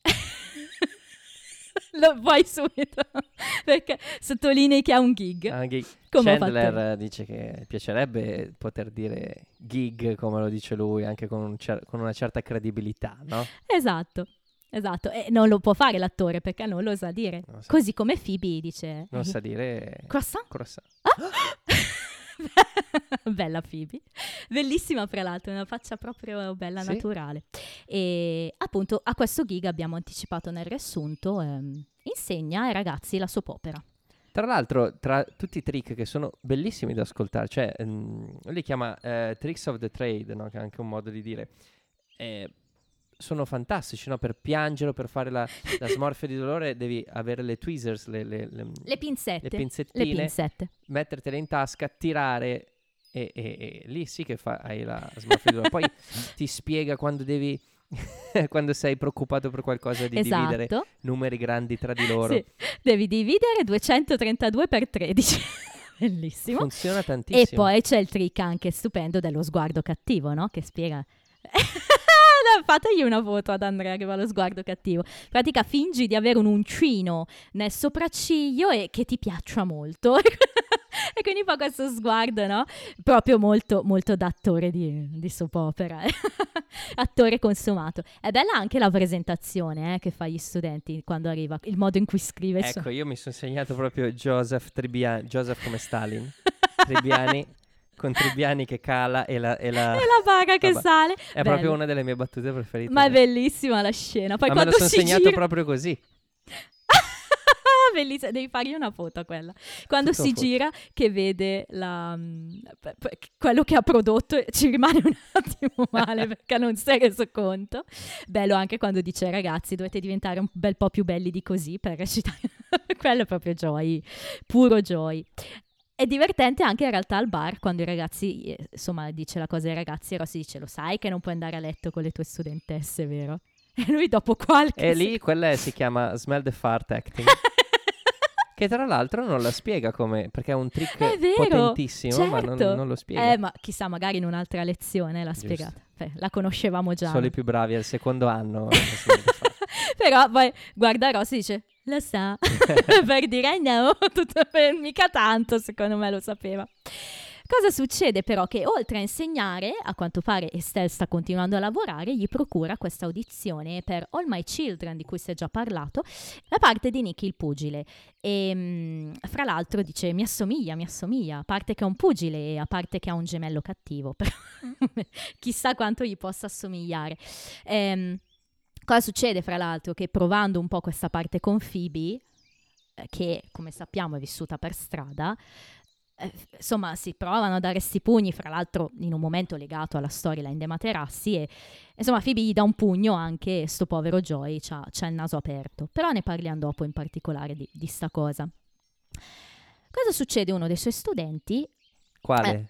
Lo vuoi subito? Perché sottolinei che ha un gig. Ha un gig. Come ho Chandler fatto? eh, dice che piacerebbe poter dire gig come lo dice lui, anche con, un cer- con una certa credibilità, no? Esatto. esatto, e non lo può fare l'attore perché non lo sa dire. Non sa- Così come Phoebe dice... Non sa dire Croissant? croissant. Bella Phoebe, bellissima fra l'altro, una faccia proprio bella, Sì. naturale. E appunto a questo gig abbiamo anticipato nel riassunto, ehm, insegna ai ragazzi la soap opera. Tra l'altro, tra tutti i trick che sono bellissimi da ascoltare, cioè, mm, lui li chiama eh, tricks of the trade, no? Che è anche un modo di dire. Eh, sono fantastici, no? Per piangere o per fare la, la smorfia di dolore devi avere le tweezers, le, le, le, Le pinzette, le le pinzettine, pinzette. mettertele in tasca, tirare e, e- e lì sì che fa, hai la smorfia di dolore. Poi ti spiega quando devi, quando sei preoccupato per qualcosa di dividere Esatto. numeri grandi tra di loro. Sì, devi dividere duecentotrentadue per tredici. Bellissimo. Funziona tantissimo. E poi c'è il trick anche stupendo dello sguardo cattivo, no? Che spiega... Fategli una foto ad Andrea che va allo sguardo cattivo. In pratica fingi di avere un uncino nel sopracciglio e che ti piaccia molto. E quindi fa questo sguardo, no? Proprio molto, molto da attore di, di soap opera. Attore consumato. È bella anche la presentazione eh, che fa gli studenti quando arriva, il modo in cui scrive. il suo- Ecco, io mi sono segnato proprio Joseph Tribbiani, Joseph come Stalin, Tribbiani, con Tribbiani che cala e la... E la, E la paga che Vabbè, sale. È Bello. proprio una delle mie battute preferite. Ma è bellissima la scena. Poi Ma me lo quando sono si segnato gira... proprio così. Bellissima, devi fargli una foto a quella. Quando Tutto si foto. gira che vede la, mm, p- p- quello che ha prodotto e ci rimane un attimo male perché non si è reso conto. Bello anche quando dice ragazzi dovete diventare un bel po' più belli di così per recitare. Quello è proprio Joy, puro Joy. È divertente anche in realtà al bar quando i ragazzi, eh, insomma dice la cosa ai ragazzi e Rossi dice lo sai che non puoi andare a letto con le tue studentesse, vero? E lui dopo qualche... E lì quella è- si chiama Smell the Fart Acting. Che tra l'altro non la spiega come, perché è un trick È vero, potentissimo, ma non, certo. non lo spiega. Eh, ma chissà, magari in un'altra lezione l'ha Giusto. spiegata. Beh, la conoscevamo già. Solo i più bravi al secondo anno. Smell the Fart. Però poi guarda Rossi e dice, lo sa, per dire no, tutto per mica tanto, secondo me lo sapeva. Cosa succede però? Che oltre a insegnare, a quanto pare Estelle sta continuando a lavorare, gli procura questa audizione per All My Children, di cui si è già parlato, da parte di Nicky il pugile. E mh, fra l'altro dice mi assomiglia, mi assomiglia, a parte che è un pugile e a parte che ha un gemello cattivo, però chissà quanto gli possa assomigliare. Ehm, cosa succede fra l'altro? Che provando un po' questa parte con Phoebe, eh, che come sappiamo è vissuta per strada, eh, insomma si provano a dare sti pugni, fra l'altro in un momento legato alla storyline dei Materassi, e insomma Phoebe gli dà un pugno anche, sto povero Joy c'ha, c'ha il naso aperto, però ne parliamo dopo in particolare di, di sta cosa. Cosa succede? Uno dei suoi studenti, Quale?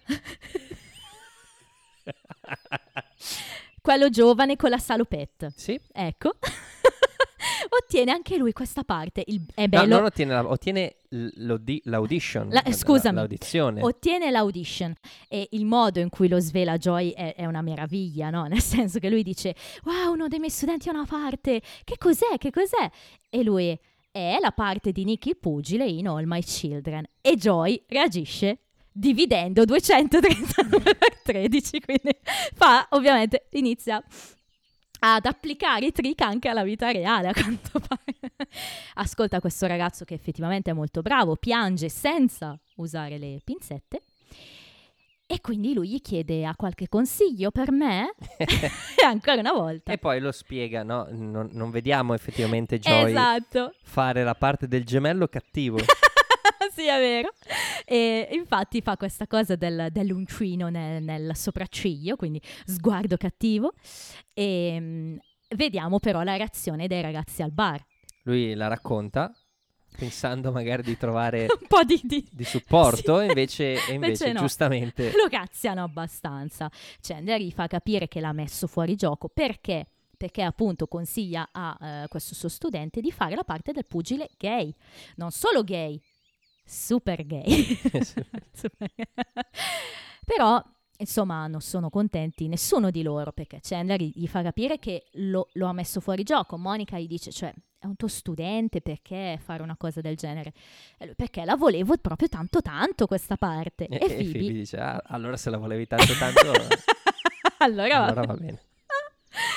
Eh. quello giovane con la salopette, Sì? ecco, ottiene anche lui questa parte, il, è No, bello. non ottiene, la- ottiene l- l'audi- l'audition. La- la- scusami. L'audizione. Ottiene l'audition e il modo in cui lo svela Joy è, è una meraviglia, no? Nel senso che lui dice wow, uno dei miei studenti ha una parte, che cos'è, che cos'è? E lui è la parte di Nicky il pugile in All My Children e Joy reagisce dividendo duecentotrentanove per tredici, quindi fa ovviamente, inizia ad applicare i trick anche alla vita reale, a quanto pare. Ascolta questo ragazzo che effettivamente è molto bravo, piange senza usare le pinzette e quindi lui gli chiede ha qualche consiglio per me? E ancora una volta. E poi lo spiega, no? Non, non vediamo effettivamente Joy Esatto. fare la parte del gemello cattivo. Sì, è vero. E infatti fa questa cosa del, dell'uncino nel, nel sopracciglio, quindi sguardo cattivo. E mm, vediamo però la reazione dei ragazzi al bar. Lui la racconta pensando magari di trovare Un po' di... di... di supporto Sì. e invece, e invece Invece no. giustamente Lo cazziano abbastanza. Chandler gli fa capire che l'ha messo fuori gioco. Perché? Perché appunto consiglia a eh, questo suo studente di fare la parte del pugile gay. Non solo gay, super gay. Super gay. Però, insomma, non sono contenti nessuno di loro perché Chandler gli fa capire che lo, lo ha messo fuori gioco. Monica gli dice, cioè, è un tuo studente, perché fare una cosa del genere? E lui, perché la volevo proprio tanto tanto questa parte. e, E, e Phoebe, Phoebe dice "Ah, allora se la volevi tanto tanto allora, allora va bene".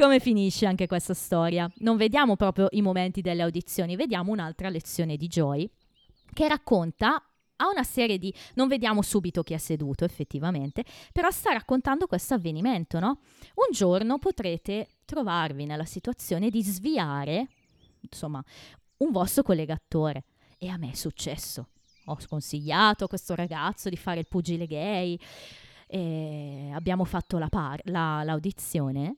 come finisce anche questa storia? Non vediamo proprio i momenti delle audizioni, vediamo un'altra lezione di Joy che racconta a una serie di... non vediamo subito chi è seduto effettivamente, però sta raccontando questo avvenimento, no? Un giorno potrete trovarvi nella situazione di sviare, insomma, un vostro collegatore. E a me è successo. Ho sconsigliato a questo ragazzo di fare il pugile gay, e abbiamo fatto la par- la, l'audizione.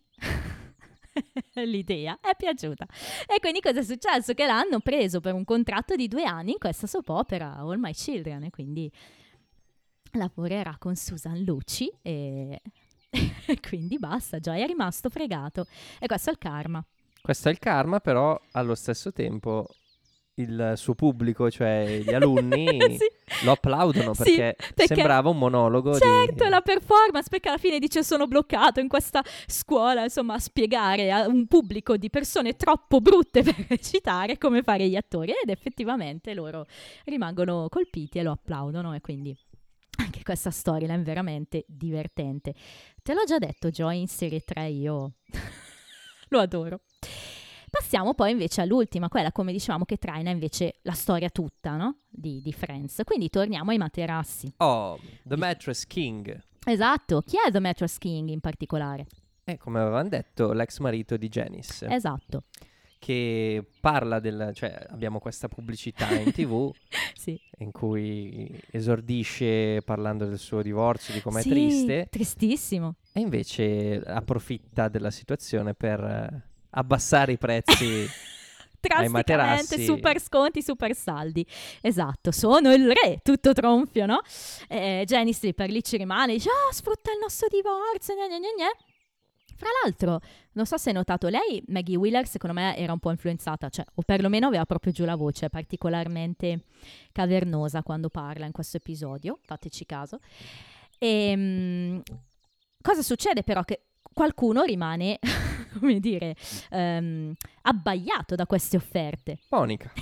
L'idea è piaciuta. E quindi cosa è successo? Che l'hanno preso per un contratto di due anni in questa soap opera All My Children, e quindi lavorerà con Susan Lucci e... e quindi basta, Joy è rimasto fregato. E questo è il karma. Questo è il karma, però allo stesso tempo il suo pubblico, cioè gli alunni, sì. lo applaudono perché, sì, perché sembrava un monologo. Certo, di... la performance, perché alla fine dice sono bloccato in questa scuola, insomma, a spiegare a un pubblico di persone troppo brutte per recitare come fare gli attori, ed effettivamente loro rimangono colpiti e lo applaudono, e quindi anche questa storia è veramente divertente. Te l'ho già detto, Joy in serie tre io lo adoro. Passiamo poi invece all'ultima, quella come dicevamo che traina invece la storia tutta, no? Di, di Friends. Quindi torniamo ai materassi. Oh, The Mattress King. Esatto, chi è The Mattress King in particolare? Eh, come avevamo detto, l'ex marito di Janice. Esatto. Che parla del... cioè abbiamo questa pubblicità in tv sì. in cui esordisce parlando del suo divorzio, di com'è sì, triste. Tristissimo. E invece approfitta della situazione per eh, abbassare i prezzi ai materassi. Super sconti, super saldi. Esatto, sono il re, tutto tronfio, no? Eh, Janice per lì ci rimane, dice, oh, sfrutta il nostro divorzio, gne gne gne gne. Fra l'altro, non so se hai notato, lei, Maggie Wheeler, secondo me era un po' influenzata, cioè, o perlomeno aveva proprio giù la voce, particolarmente cavernosa quando parla in questo episodio, fateci caso. E, mh, cosa succede però? Che qualcuno rimane, come dire, um, abbaiato da queste offerte. Monica.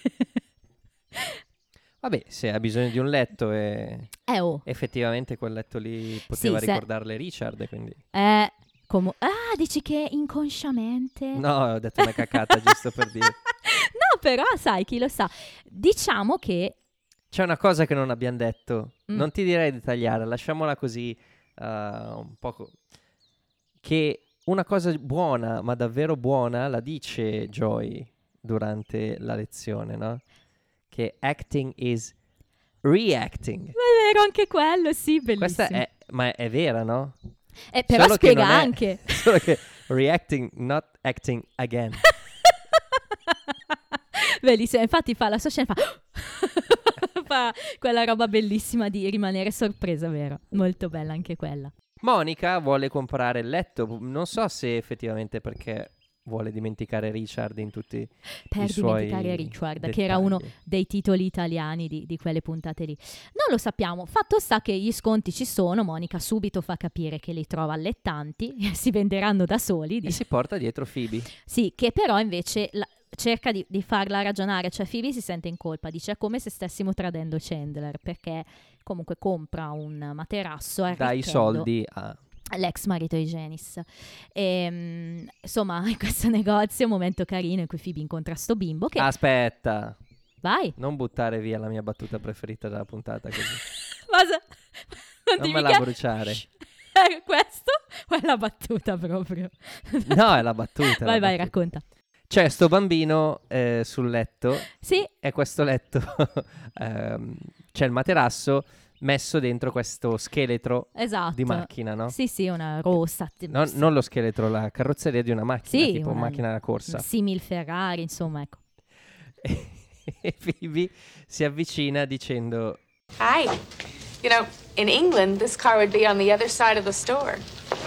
Vabbè, se ha bisogno di un letto e eh, oh. effettivamente quel letto lì poteva sì, ricordarle se... Richard, quindi... Eh... Come... Ah, dici che inconsciamente? No, ho detto una cacata giusto per dire. No, però sai, chi lo sa. Diciamo che... C'è una cosa che non abbiamo detto. Mm. Non ti direi di tagliare, lasciamola così uh, un poco. Che una cosa buona, ma davvero buona, la dice Joy durante la lezione, no? Che acting is reacting. È vero anche quello, sì, bellissimo. Questa è... ma è vera, no? Eh, però solo spiega che anche. È, solo che reacting, not acting again. Bellissimo, infatti fa la sua scena, fa, fa quella roba bellissima di rimanere sorpresa, vero? Molto bella anche quella. Monica vuole comprare il letto, non so se effettivamente perché vuole dimenticare Richard in tutti per i suoi dimenticare Richard, dettagli. Che era uno dei titoli italiani di, di quelle puntate lì. Non lo sappiamo, fatto sta che gli sconti ci sono, Monica subito fa capire che li trova allettanti, si venderanno da soli. E dice. si porta dietro Phoebe. Sì, che però invece la, cerca di, di farla ragionare, cioè Phoebe si sente in colpa, dice è come se stessimo tradendo Chandler, perché comunque compra un materasso dai soldi a... l'ex marito di Janice. E, insomma, in questo negozio un momento carino in cui Phoebe incontra sto bimbo che... Aspetta, vai, non buttare via la mia battuta preferita della puntata così. ma se... non, non me la bruciare. Eh, questo o è la battuta proprio? No, è la battuta. Vai, la vai, battuta. racconta. C'è sto bambino eh, sul letto. Sì. E questo letto ehm, c'è il materasso messo dentro questo scheletro Esatto. di macchina, no? Sì, sì, una rossa. No, non lo scheletro, la carrozzeria di una macchina, sì, tipo una, macchina da corsa. Simil Ferrari, insomma, ecco. E Phoebe si avvicina dicendo: Hi. You know, in England, this car would be on the other side of the store.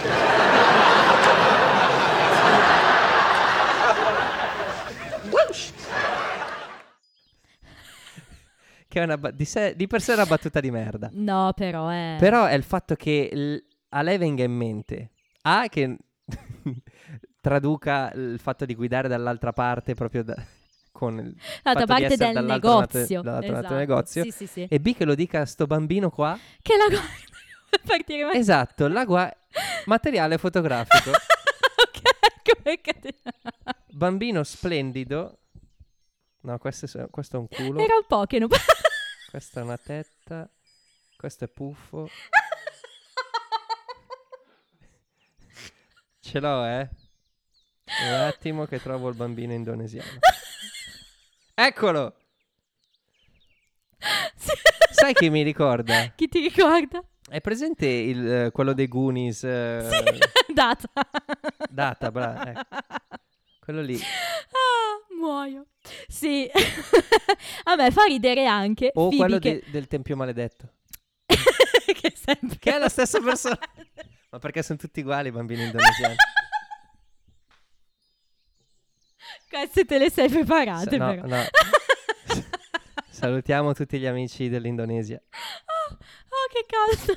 Whoosh! Che è una ba- di, sé, di per sé è una battuta di merda. No, però è... Però è il fatto che l- a lei venga in mente A, che traduca il fatto di guidare dall'altra parte proprio da, con il l'altra fatto di parte essere del dall'altro negozio. Lato, dall'altro Esatto. lato del negozio. Sì, sì, sì. E B, che lo dica a sto bambino qua. Che la guarda per partire. Esatto, la gua- materiale fotografico. Ok, Perché te- Bambino splendido. No, questo è, questo è un culo. Era un po' che non... Questa è una tetta. Questo è puffo. Ce l'ho, eh. Un attimo che trovo il bambino indonesiano. Eccolo! Sì. Sai chi mi ricorda? Chi ti ricorda? È presente il, eh, quello dei Goonies? eh, Sì, data. Data, brava. ecco. Quello lì. Ah, muoio. Sì. A me fa ridere anche O Phoebe quello che... de- del Tempio Maledetto. che è sempre... Che è la stessa persona. Ma perché sono tutti uguali i bambini indonesiani? Queste te le sei preparate, Sa- no, però. no. Salutiamo tutti gli amici dell'Indonesia. Oh, oh, che caldo.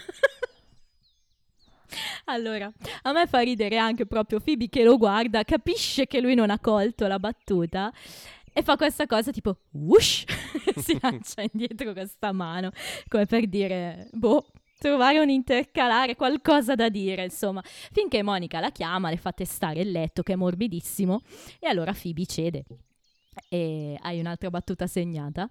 Allora, a me fa ridere anche proprio Phoebe che lo guarda, capisce che lui non ha colto la battuta e fa questa cosa tipo whoosh, si lancia indietro con sta mano, come per dire, boh, trovare un intercalare, qualcosa da dire, insomma. Finché Monica la chiama, le fa testare il letto che è morbidissimo e allora Phoebe cede. E hai un'altra battuta segnata?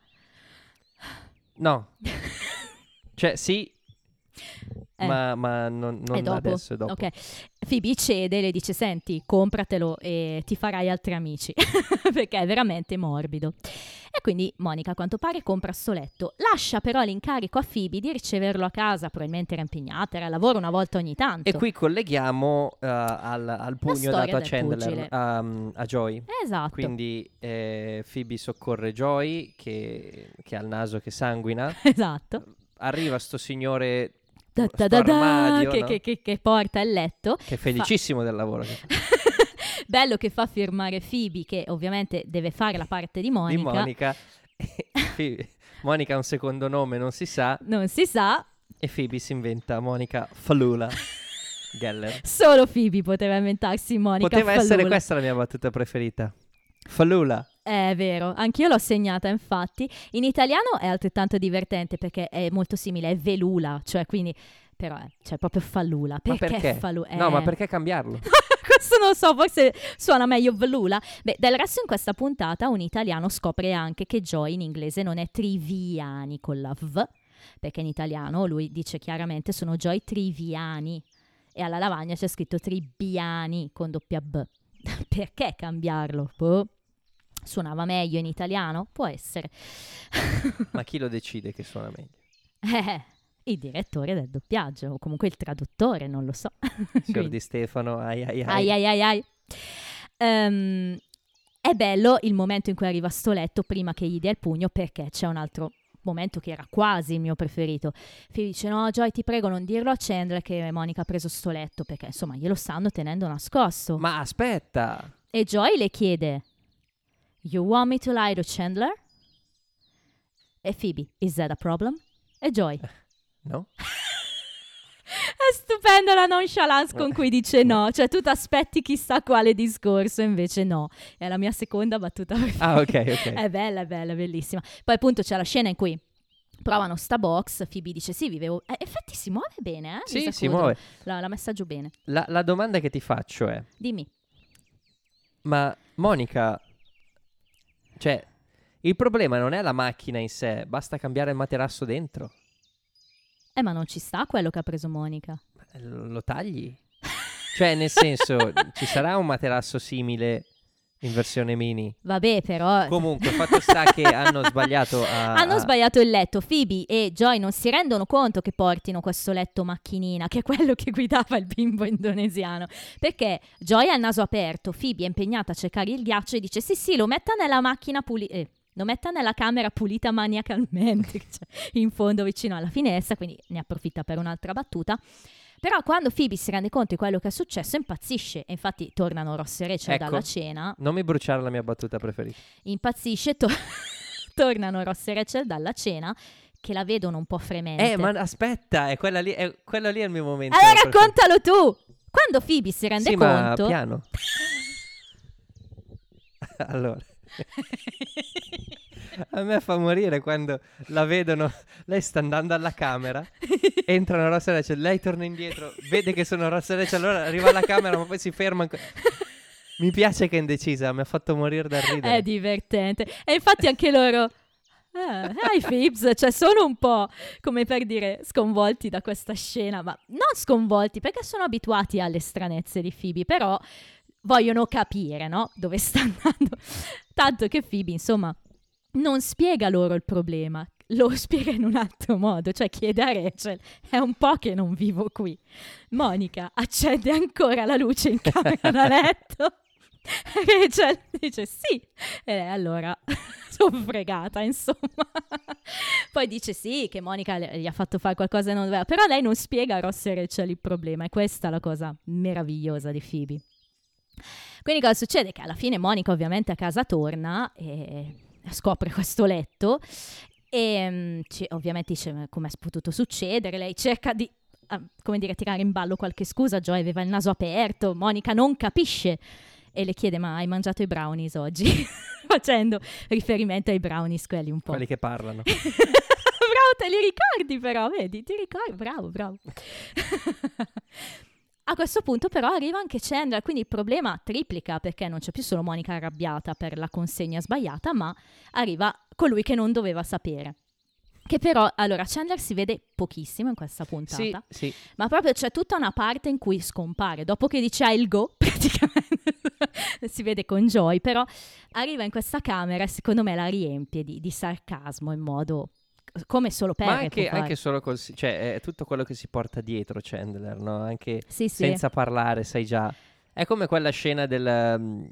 No. Cioè, sì, Eh. ma, ma non, non E dopo? adesso, è dopo. Ok. Phoebe cede e le dice: senti, compratelo e ti farai altri amici. Perché è veramente morbido. E quindi Monica, a quanto pare, compra sto letto. Lascia però l'incarico a Phoebe di riceverlo a casa. Probabilmente era impegnata, era a lavoro una volta ogni tanto. E qui colleghiamo uh, al, al pugno storia dato a del Chandler, pugile. a, a Joy. Esatto. Quindi eh, Phoebe soccorre Joy che, che ha il naso che sanguina. Esatto. Arriva sto signore Da, sto da, da, da, armadio, che, no? che, che, che porta il letto. che è felicissimo del lavoro che fa. Bello che fa firmare Phoebe, che ovviamente deve fare la parte di Monica. Di Monica. Phoebe- Monica ha un secondo nome, non si sa. Non si sa. E Phoebe si inventa Monica Falula Geller. Solo Phoebe poteva inventarsi Monica Poteva essere Falula. questa la mia battuta preferita. Falula. È vero, anch'io l'ho segnata infatti. In italiano è altrettanto divertente perché è molto simile, è velula, cioè quindi, però è cioè proprio fallula. Ma Perché, perché? fallu- No, eh. ma perché cambiarlo? Questo non lo so, forse suona meglio velula. Beh, del resto in questa puntata un italiano scopre anche che Joy in inglese non è Triviani con la V, perché in italiano lui dice chiaramente sono Joy Triviani e alla lavagna c'è scritto Tribbiani con doppia B. Perché cambiarlo? Boh. Suonava meglio in italiano? Può essere. Ma chi lo decide che suona meglio? Eh, il direttore del doppiaggio, o comunque il traduttore, non lo so. Signor Quindi- Di Stefano, ai ai ai. Ai ai ai ai. Ehm, è bello il momento in cui arriva sto letto prima che gli dia il pugno, perché c'è un altro momento che era quasi il mio preferito. Phoebe dice: no Joy, ti prego non dirlo a Chandler che Monica ha preso sto letto, perché insomma glielo stanno tenendo nascosto. Ma aspetta. E Joy le chiede: you want me to lie to Chandler? E Phoebe: is that a problem? E Joy: No? è stupenda la nonchalance con cui dice no, cioè tu ti aspetti chissà quale discorso, invece no. È la mia seconda battuta preferita. Ah, ok, ok. È bella, è bella, è bellissima. Poi appunto c'è la scena in cui provano sta box, Phoebe dice sì, vivevo... Eh, infatti si muove bene, eh? Sì, Lisa si Kudrow. muove. L'ha, l'ha messa giù bene. La, la domanda che ti faccio è: Dimmi. ma Monica, cioè, il problema non è la macchina in sé, basta cambiare il materasso dentro. Eh, ma non ci sta quello che ha preso Monica. Lo, lo tagli? Cioè, nel senso, ci sarà un materasso simile in versione mini? Vabbè, però... Comunque, fatto sta che hanno sbagliato a... Hanno a- sbagliato il letto. Phoebe e Joy non si rendono conto che portino questo letto macchinina, che è quello che guidava il bimbo indonesiano. Perché Joy ha il naso aperto, Phoebe è impegnata a cercare il ghiaccio e dice sì sì, lo metta nella macchina pulita... Eh, lo metta nella camera pulita maniacalmente, che c'è in fondo vicino alla finestra, quindi ne approfitta per un'altra battuta. Però quando Phoebe si rende conto di quello che è successo impazzisce, e infatti tornano Ross e Rachel Ecco. dalla cena, Non mi bruciare la mia battuta preferita. impazzisce, to- tornano Ross e Rachel dalla cena, che la vedono un po' fremente. Eh, ma aspetta, è quella lì, è, quello lì è il mio momento. Allora preferito. raccontalo tu! Quando Phoebe si rende Sì, ma conto... piano. Allora, a me fa morire quando la vedono, lei sta andando alla camera, entrano Ross e Rachel, lei torna indietro, vede che sono Ross e Rachel, allora arriva alla camera ma poi si ferma ancora. Mi piace che è indecisa, mi ha fatto morire da ridere. È divertente. E infatti anche loro... Ah, hi Phoebs, cioè sono un po' come per dire sconvolti da questa scena, ma non sconvolti perché sono abituati alle stranezze di Phoebe, però vogliono capire, no? Dove sta andando. Tanto che Phoebe, insomma, non spiega loro il problema, lo spiega in un altro modo, cioè chiede a Rachel, è un po' che non vivo qui. Monica accende ancora la luce in camera da letto. Rachel dice sì, e allora sono fregata, insomma. Poi dice sì, che Monica le- gli ha fatto fare qualcosa che non doveva, però lei non spiega a Ross e Rachel il problema, e questa è la cosa meravigliosa di Phoebe. Quindi cosa succede? Che alla fine Monica ovviamente a casa torna e scopre questo letto e mm, ci- ovviamente dice come è potuto succedere, lei cerca di ah, come dire, tirare in ballo qualche scusa. Joy aveva il naso aperto, Monica non capisce e le chiede ma hai mangiato i brownies oggi? Facendo riferimento ai brownies quelli un po'. Quelli che parlano. Bravo, te li ricordi però, vedi? Ti ricordi? Bravo, bravo. A questo punto però arriva anche Chandler, quindi il problema triplica perché non c'è più solo Monica arrabbiata per la consegna sbagliata, ma arriva colui che non doveva sapere. Che però, allora, Chandler si vede pochissimo in questa puntata, Sì, sì. ma proprio c'è tutta una parte in cui scompare. Dopo che dice I'll go, praticamente si vede con Joy, però arriva in questa camera e secondo me la riempie di, di sarcasmo in modo come solo per Ma anche, anche solo così, cioè è tutto quello che si porta dietro Chandler, no? Anche sì, sì. senza parlare, sai già. È come quella scena del, um,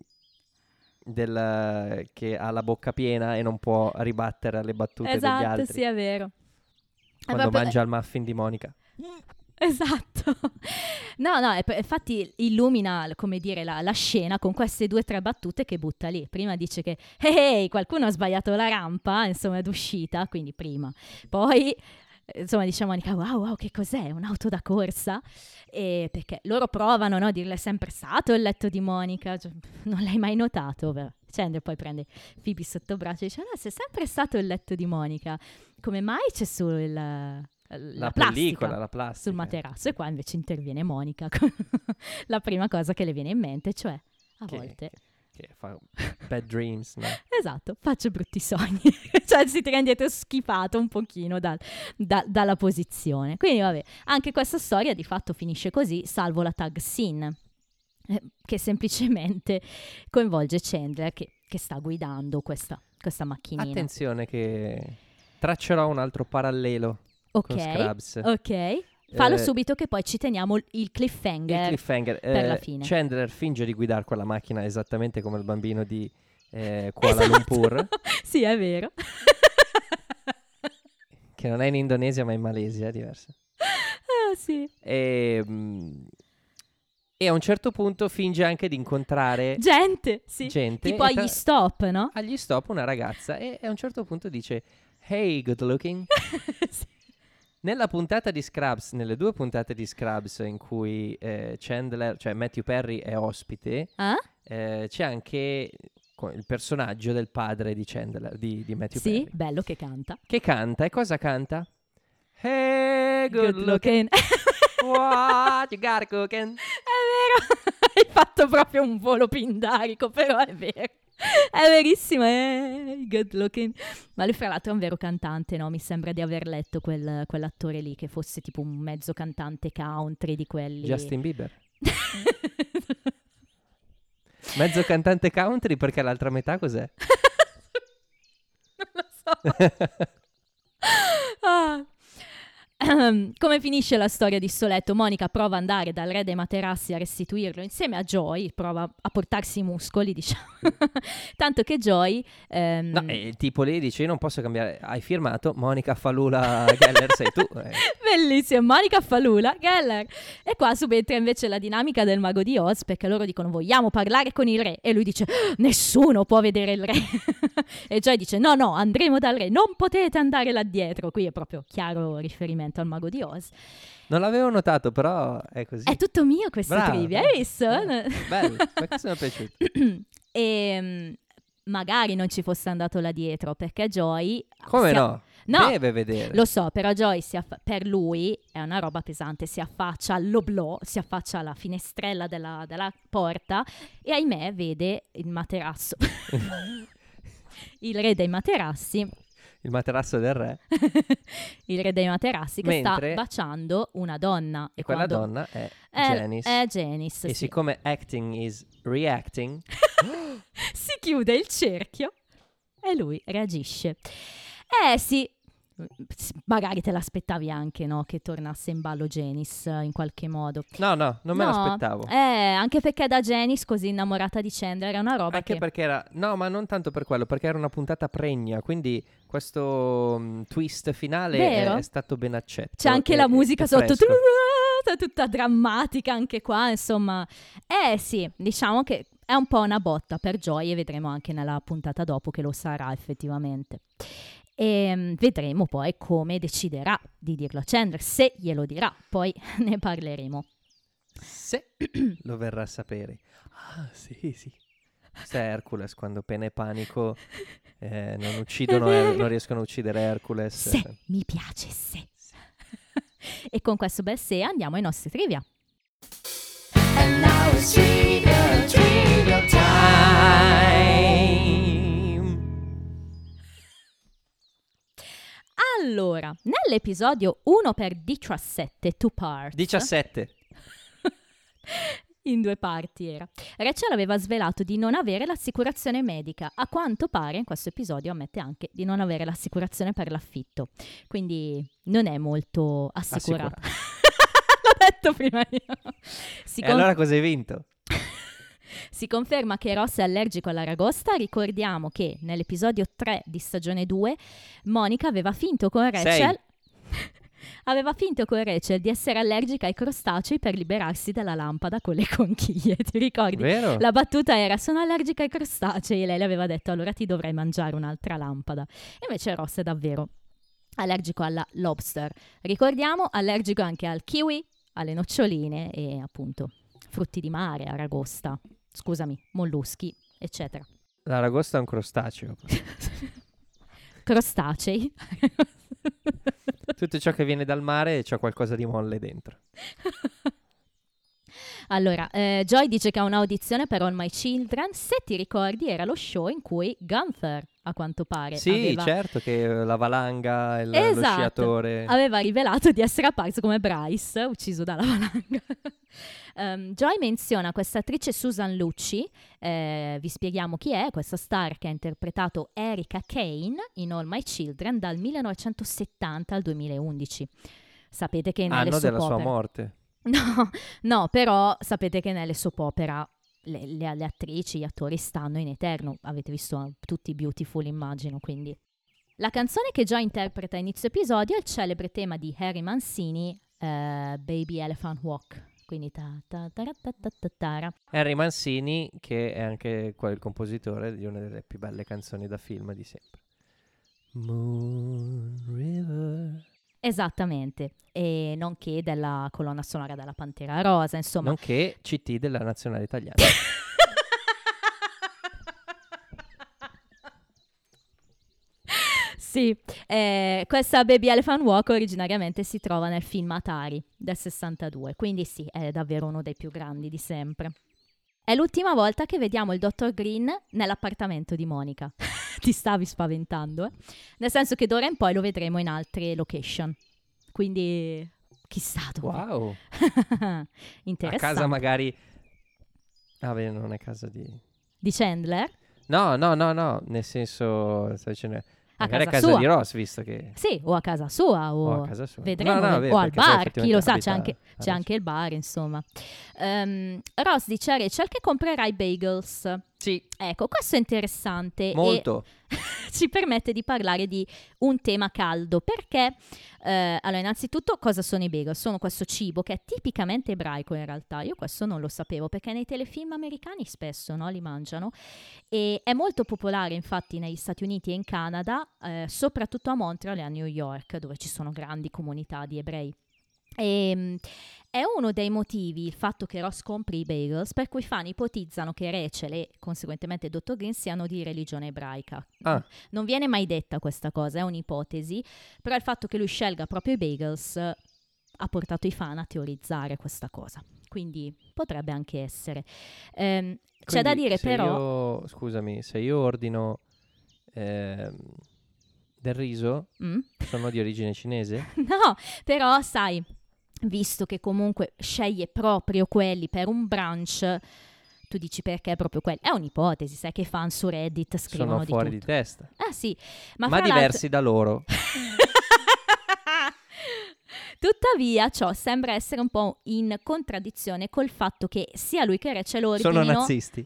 del che ha la bocca piena e non può ribattere alle battute Esatto, degli altri. sì, è vero. Quando È proprio- mangia il muffin di Monica. Esatto. No, no, e p- infatti illumina, come dire, la, la scena con queste due o tre battute che butta lì. Prima dice che, ehi, qualcuno ha sbagliato la rampa, insomma, d'uscita, quindi prima. Poi, eh, insomma, dice a Monica, wow, wow, che cos'è? Un'auto da corsa? E perché loro provano, no, a dirle è sempre stato il letto di Monica, cioè, non l'hai mai notato? Beh, Chandler poi prende Phoebe sotto braccio e dice, no, se è sempre stato il letto di Monica, come mai c'è solo il... la La plastica pellicola, la plastica. sul materasso, e qua invece interviene Monica con la prima cosa che le viene in mente, cioè a Che- volte Che fa bad dreams, no? esatto, faccio brutti sogni. Cioè si tira indietro schifato un pochino dal- da- dalla posizione. Quindi vabbè, anche questa storia di fatto finisce così, salvo la tag scene, eh, che semplicemente coinvolge Chandler che, che sta guidando questa, questa macchinina. Attenzione che traccerò un altro parallelo con Ok, Scrubs. ok. Fallo Eh, subito che poi ci teniamo il Il cliffhanger. cliffhanger. per eh, la fine. Chandler finge di guidare quella macchina esattamente come il bambino di eh, Kuala Esatto. Lumpur, Sì, è vero. che non è in Indonesia ma in Malesia, è diverso. Ah, sì. E, mm, e a un certo punto finge anche di incontrare Gente, sì. gente. Tipo e agli per- stop, no? agli stop una ragazza e, e a un certo punto dice hey, good looking. Sì. Nella puntata di Scrubs, nelle due puntate di Scrubs in cui eh, Chandler, cioè Matthew Perry è ospite, Ah? eh, c'è anche co- il personaggio del padre di Chandler, di, di Matthew Sì, Perry, bello che canta. che canta. E cosa canta? Hey, good, Good looking. looking. What you got cooking? È vero. Hai fatto proprio un volo pindarico, però è vero. È verissimo, è good looking. Ma lui fra l'altro è un vero cantante, no? Mi sembra di aver letto quel- quell'attore lì che fosse tipo un mezzo cantante country di quelli. Justin Bieber. Mezzo cantante country perché l'altra metà cos'è? Non lo so. Ah. Ehm, Come finisce la storia di sto letto? Monica prova ad andare dal re dei materassi a restituirlo insieme a Joy, prova a portarsi i muscoli, diciamo. Tanto che Joy... ehm, No, e il tipo lì dice io non posso cambiare. Hai firmato Monica Falula Geller, sei tu. Eh. Bellissimo, Monica Falula, Geller. E qua subentra invece la dinamica del mago di Oz, perché loro dicono vogliamo parlare con il re, e lui dice nessuno può vedere il re. E Joy dice no no, andremo dal re, non potete andare là dietro. Qui è proprio chiaro riferimento al mago di Oz. Non l'avevo notato, però è così. È tutto mio questo Brava, trivia, brava. hai visto? Eh, bello, questo mi è piaciuto. E mm, magari non ci fosse andato là dietro, perché Joy... Come si a- no? No, deve vedere. Lo so, però Joy si aff- per lui è una roba pesante, si affaccia all'oblò, si affaccia alla finestrella della, della porta e ahimè vede il materasso, il re dei materassi, Il materasso del re. il re dei materassi che Mentre- sta baciando una donna. E quella quando- donna è è, Janice. È Janice, e sì. siccome acting is reacting, Si chiude il cerchio e lui reagisce. Eh sì, magari te l'aspettavi anche, no? Che tornasse in ballo Janice eh, in qualche modo. no, no, non me No, l'aspettavo. Eh, anche perché da Janice così innamorata di Chandler è una roba Anche che... perché era, no, ma non tanto per quello, perché era una puntata pregna, quindi questo mm, twist finale è, Vero? è stato ben accetto. C'è anche e- la musica e sotto, fresco. tutta drammatica anche qua, insomma. Eh sì, diciamo che è un po' una botta per Joy e vedremo anche nella puntata dopo che lo sarà effettivamente. E mm, vedremo poi come deciderà di dirlo a Chandler, se glielo dirà, poi ne parleremo. Se lo verrà a sapere. Ah, sì, sì. Questo è Hercules, quando Pena e Panico eh, non uccidono, È Her- vero. non riescono a uccidere Hercules. Se, mi piace se. E con questo bel se andiamo ai nostri trivia. And now it's trivia, trivia time. Allora, nell'episodio uno per diciassette, two parts, diciassette. in due parti era, Rachel aveva svelato di non avere l'assicurazione medica. A quanto pare in questo episodio ammette anche di non avere l'assicurazione per l'affitto, quindi non è molto assicurata. L'ho detto prima io. Si, E con- allora cosa hai vinto? si conferma che Ross è allergico all'aragosta. Ricordiamo che nell'episodio tre di stagione due Monica aveva finto con Rachel aveva finto con Rachel di essere allergica ai crostacei per liberarsi dalla lampada con le conchiglie. Ti ricordi? Vero? La battuta era: sono allergica ai crostacei, e lei le aveva detto allora ti dovrai mangiare un'altra lampada. E invece Ross è davvero allergico alla lobster. Ricordiamo, allergico anche al kiwi, alle noccioline e appunto frutti di mare, aragosta, scusami, molluschi, eccetera. L'aragosta è un crostaceo. Crostacei. Tutto ciò che viene dal mare c'ha qualcosa di molle dentro. Allora, eh, Joy dice che ha un'audizione per All My Children. Se ti ricordi, era lo show in cui Gunther, a quanto pare, Sì, aveva... certo che la valanga, il, lo Esatto. sciatore. aveva rivelato di essere apparso come Bryce, ucciso dalla valanga. um, Joy menziona questa attrice Susan Lucci. Eh, vi spieghiamo chi è, questa star che ha interpretato Erica Kane in All My Children dal millenovecentosettanta al duemilaundici. Sapete che nelle Anno soap della sua opera... morte. No, no, però sapete che nelle soap opera le, le- le attrici, gli attori stanno in eterno. Avete visto tutti Beautiful, immagino, quindi. La canzone che Joy interpreta a inizio episodio è il celebre tema di Harry Mancini, eh, Baby Elephant Walk. Quindi ta ta ta ta ta ta ta. Harry Mancini, che è anche qua il compositore di una delle più belle canzoni da film di sempre. Moon River. Esattamente, e nonché della colonna sonora della Pantera Rosa, insomma. Nonché C T della nazionale italiana. Sì, eh, questa Baby Elephant Walk originariamente si trova nel film Atari del sessantadue, quindi sì, è davvero uno dei più grandi di sempre. È l'ultima volta che vediamo il dottor Green nell'appartamento di Monica. Ti stavi spaventando, eh? Nel senso che d'ora in poi lo vedremo in altre location. Quindi, chissà dove. Wow. A Interessante. casa magari... Ah, beh, non è casa di... Di Chandler? No, no, no, no, nel senso... Sto dicendo... A Magari casa a casa sua. di Ross, visto che... Sì, o a casa sua o, O a casa sua. vedremo, No, no, beh, o al perché poi bar, chi lo effettivamente sa, c'è abita anche, a c'è Rachel. anche il bar, insomma. Ehm, Ross dice a Rachel che comprerà i bagels. Sì, Ecco, questo è interessante molto. e ci permette di parlare di un tema caldo, perché eh, allora innanzitutto cosa sono i bagel? Sono questo cibo che è tipicamente ebraico in realtà. Io questo non lo sapevo perché nei telefilm americani spesso, no, li mangiano, e è molto popolare infatti negli Stati Uniti e in Canada, eh, soprattutto a Montreal e a New York, dove ci sono grandi comunità di ebrei. E, È uno dei motivi il fatto che Ross compri i bagels, per cui i fan ipotizzano che Rachel e conseguentemente il dottor Green siano di religione ebraica. Ah. Non viene mai detta questa cosa, è un'ipotesi, però il fatto che lui scelga proprio i bagels eh, ha portato i fan a teorizzare questa cosa. Quindi potrebbe anche essere. Ehm, c'è da Quindi dire se però... io, scusami, se io ordino ehm, del riso, Mm? sono di origine cinese? No, però sai, visto che comunque sceglie proprio quelli per un brunch, tu dici perché proprio quelli? È un'ipotesi, sai che i fan su Reddit scrivono Sono fuori di di tutto. testa. Ah sì, ma, Ma fra diversi da loro. l'altro... Tuttavia ciò sembra essere un po' in contraddizione col fatto che sia lui che Rachel ordinino... Sono nazisti.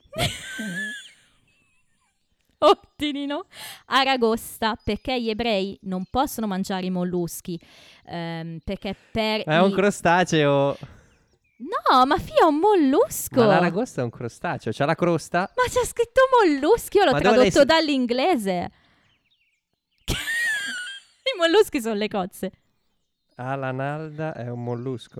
ordinino aragosta perché gli ebrei non possono mangiare i molluschi ehm, perché per È un i- crostaceo. no ma fia è un mollusco Ma l'aragosta è un crostaceo. C'ha la crosta. ma c'è scritto molluschi, io l'ho Ma dove tradotto l'hai- dall'inglese. I molluschi sono le cozze. Alanalda è un mollusco?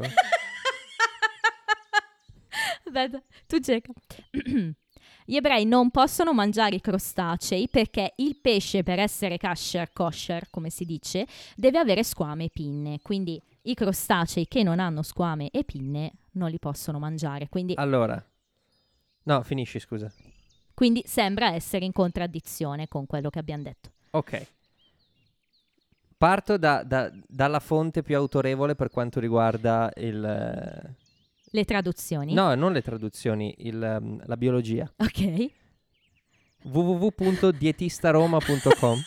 Aspetta, tu cerca. Gli ebrei non possono mangiare i crostacei perché il pesce, per essere kasher, kosher, come si dice, deve avere squame e pinne. Quindi i crostacei che non hanno squame e pinne non li possono mangiare. Quindi, Allora. No, finisci, scusa. quindi sembra essere in contraddizione con quello che abbiamo detto. Ok. Parto da- da- dalla fonte più autorevole per quanto riguarda il... eh, Le traduzioni? No, non le traduzioni, il, ehm, la biologia. Ok. w w w punto dietistaroma punto com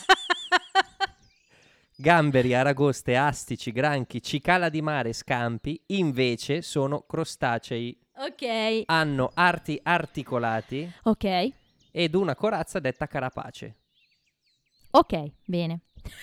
Gamberi, aragoste, astici, granchi, cicala di mare, scampi, invece sono crostacei. Ok. Hanno arti articolati Ok. ed una corazza detta carapace. Ok, bene.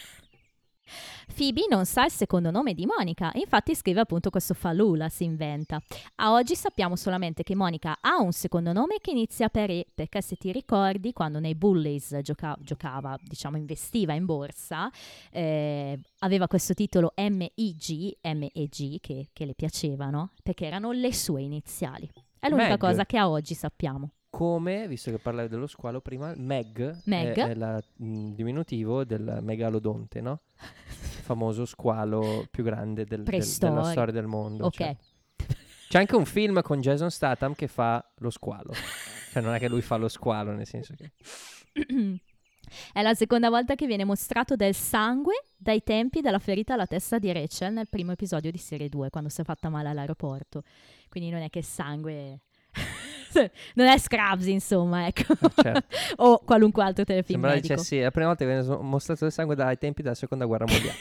Phoebe non sa il secondo nome di Monica, infatti scrive appunto questo Falula, si inventa. A oggi sappiamo solamente che Monica ha un secondo nome che inizia per E, perché se ti ricordi quando nei Bullies gioca- giocava, diciamo investiva in borsa, eh, aveva questo titolo M I G, M e G, che, che le piacevano, perché erano le sue iniziali. È l'unica Meg. cosa che a oggi sappiamo. Come, visto che parlavi dello squalo prima, Meg, Meg. È, è la- il diminutivo del megalodonte, no? Il famoso squalo più grande del- del- della Preistorico. storia del mondo. Ok. cioè. C'è anche un film con Jason Statham che fa lo squalo. Cioè non è che lui fa lo squalo, nel senso che... È la seconda volta che viene mostrato del sangue dai tempi della ferita alla testa di Rachel nel primo episodio di serie due, quando si è fatta male all'aeroporto. Quindi non è che sangue... non è Scrubs, insomma, ecco. Ah, certo. O qualunque altro telefilm Sembrava medico. dicessi, la prima volta che viene so- mostrato il sangue dai tempi della seconda guerra mondiale.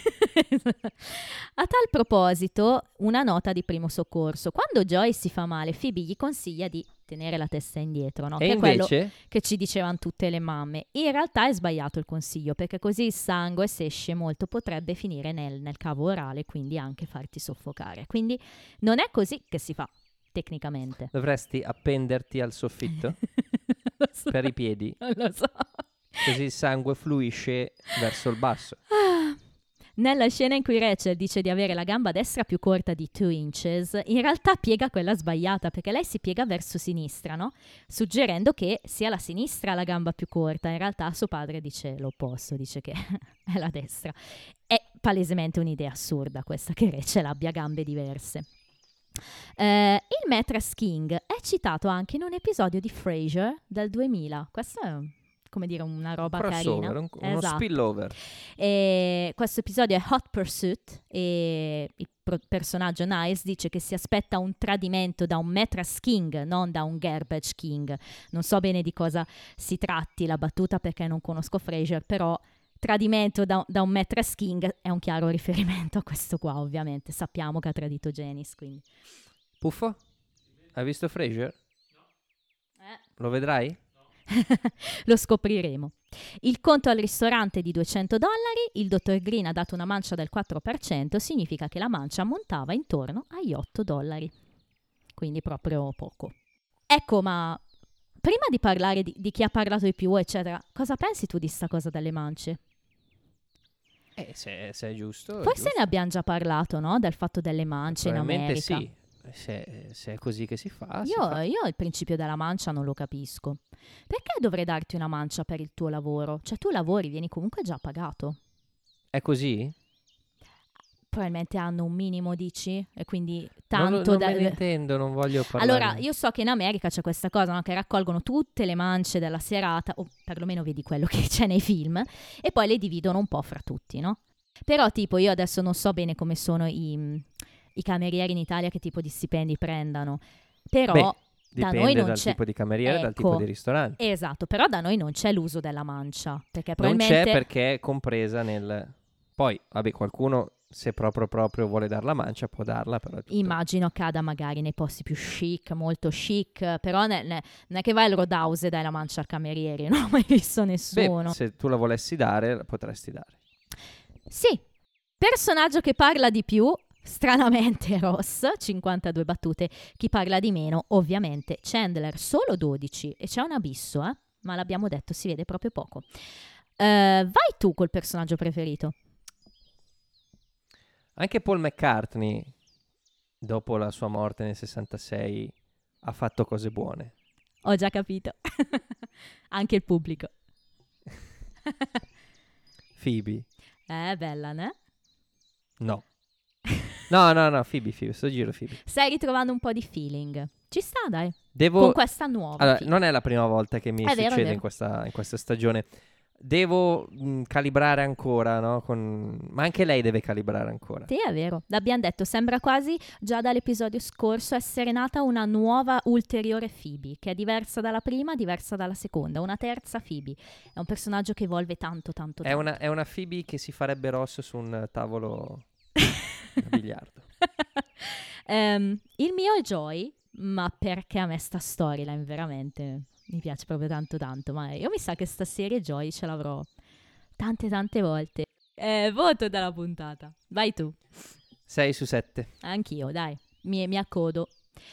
A tal proposito, una nota di primo soccorso. Quando Joy si fa male, Phoebe gli consiglia di tenere la testa indietro, no? E Che è quello invece, che ci dicevano tutte le mamme. In realtà è sbagliato il consiglio, perché così il sangue, se esce molto, potrebbe finire nel, nel cavo orale, quindi anche farti soffocare. Quindi non è così che si fa, tecnicamente. dovresti appenderti al soffitto Lo so, per i piedi, non lo so. così il sangue fluisce verso il basso. Ah. Nella scena in cui Rachel dice di avere la gamba destra più corta di due inches, in realtà piega quella sbagliata, perché lei si piega verso sinistra, no? Suggerendo che sia la sinistra la gamba più corta. In realtà suo padre dice l'opposto, dice che è la destra. È palesemente un'idea assurda questa, che Rachel abbia gambe diverse. Eh, il Mattress King è citato anche in un episodio di Frasier del duemila. Questo è, come dire, una roba Crossover, carina. un- uno Esatto. spillover. E questo episodio è Hot Pursuit e il pro- personaggio Niles dice che si aspetta un tradimento da un Mattress King, non da un Garbage King. Non so bene di cosa si tratti la battuta perché non conosco Frasier, però tradimento da, da un Mattress King è un chiaro riferimento a questo qua, ovviamente. Sappiamo che ha tradito Janice, quindi. Puffo? Hai visto Frasier? Eh. Lo vedrai? Lo scopriremo. Il conto al ristorante di duecento dollari, il dottor Green ha dato una mancia del quattro per cento, significa che la mancia ammontava intorno agli otto dollari. Quindi proprio poco. Ecco, ma prima di parlare di, di chi ha parlato di più, eccetera, cosa pensi tu di sta cosa delle mance? Eh, se, se è giusto. è Forse giusto. ne abbiamo già parlato, no? Del fatto delle mance in Probabilmente America. sì. Se, se è così che si fa, si Io, fa. io il principio della mancia non lo capisco. Perché dovrei darti una mancia per il tuo lavoro? Cioè tu lavori, vieni comunque già pagato. È così? Probabilmente hanno un minimo, dici? E quindi Non, tanto lo- non da... me ne intendo, non voglio parlare. Allora, io so che in America c'è questa cosa, no? Che raccolgono tutte le mance della serata, o perlomeno vedi quello che c'è nei film, e poi le dividono un po' fra tutti, no? Però tipo io adesso non so bene come sono i, i camerieri in Italia, che tipo di stipendi prendano, però Beh, da dipende noi non dal c'è... tipo di cameriere e dal tipo Ecco. di ristorante. Esatto, però da noi non c'è l'uso della mancia, perché Non probabilmente... c'è perché è compresa nel... Poi, vabbè, qualcuno se proprio proprio vuole dar la mancia può darla, però è tutto- Immagino accada magari nei posti più chic, molto chic, però ne- ne- non è che vai al Roadhouse e dai la mancia al cameriere, non ho mai visto Beh, nessuno. se tu la volessi dare, la potresti dare. Sì, personaggio che parla di più, stranamente Ross, cinquantadue battute, chi parla di meno, ovviamente Chandler, solo dodici, e c'è un abisso, eh? Ma l'abbiamo detto, si vede proprio poco. Eh, vai tu col personaggio preferito. Anche Paul McCartney, dopo la sua morte nel sessantasei, ha fatto cose buone. Ho già capito. Anche il pubblico. Phoebe? Eh, bella, né? No. No, no, no, Phoebe, Phoebe, sto giro Phoebe. Stai ritrovando un po' di feeling. Ci sta, dai. Devo... Con questa nuova. Allora, Phoebe. non è la prima volta che mi È vero, è succede vero. in questa, in questa stagione. Devo mh, calibrare ancora, no? Con... Ma anche lei deve calibrare ancora. Sì, è vero. L'abbiamo detto, sembra quasi già dall'episodio scorso essere nata una nuova ulteriore Phoebe, che è diversa dalla prima, diversa dalla seconda, una terza Phoebe. È un personaggio che evolve tanto, tanto, È tanto. una, è una Phoebe che si farebbe rosso su un tavolo da biliardo. Ehm, il mio è Joy, ma perché a me sta storyline veramente mi piace proprio tanto tanto, ma io mi sa che sta serie Joy ce l'avrò tante tante volte. Eh, voto della puntata. Vai tu. sei su sette. Anch'io, dai, mi, mi accodo.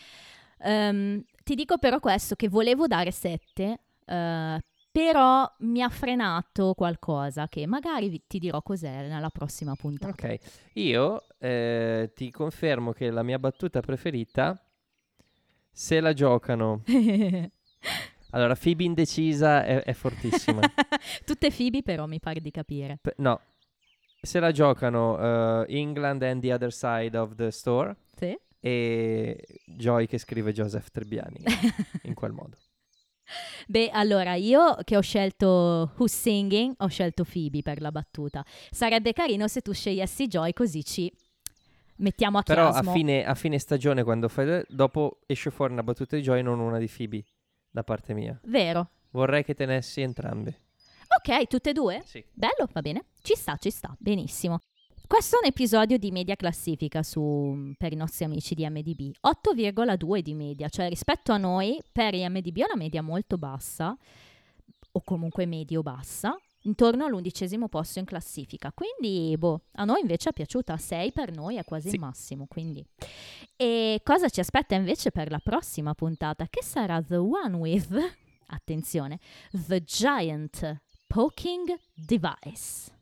Ehm, ti dico però questo, che volevo dare sette, eh, però mi ha frenato qualcosa che magari vi- ti dirò cos'è nella prossima puntata. Ok, io eh, ti confermo che la mia battuta preferita, se la giocano... Allora, Phoebe indecisa è, è fortissima. Tutte Phoebe però mi pare di capire. P- no, se la giocano eh, England and the Other Side of the Store Sì? e Joy che scrive Joseph Trebbiani in quel modo. Beh, allora io che ho scelto Who's Singing, ho scelto Phoebe per la battuta. Sarebbe carino se tu scegliessi Joy, così ci mettiamo a Però a chiasmo. fine, a fine stagione, quando fai dopo esce fuori una battuta di Joy, non una di Phoebe da parte mia. Vero. Vorrei che tenessi entrambe. Ok, tutte e due? Sì. Bello, va bene. Ci sta, ci sta. Benissimo. Questo è un episodio di media classifica su, per i nostri amici di M D B. otto virgola due di media, cioè rispetto a noi, per i M D B è una media molto bassa, o comunque medio-bassa, intorno all'undicesimo posto in classifica. Quindi, boh, a noi invece è piaciuta. sei per noi è quasi Sì. il massimo, quindi. E cosa ci aspetta invece per la prossima puntata? Che sarà The One with, attenzione, The Giant Poking Device.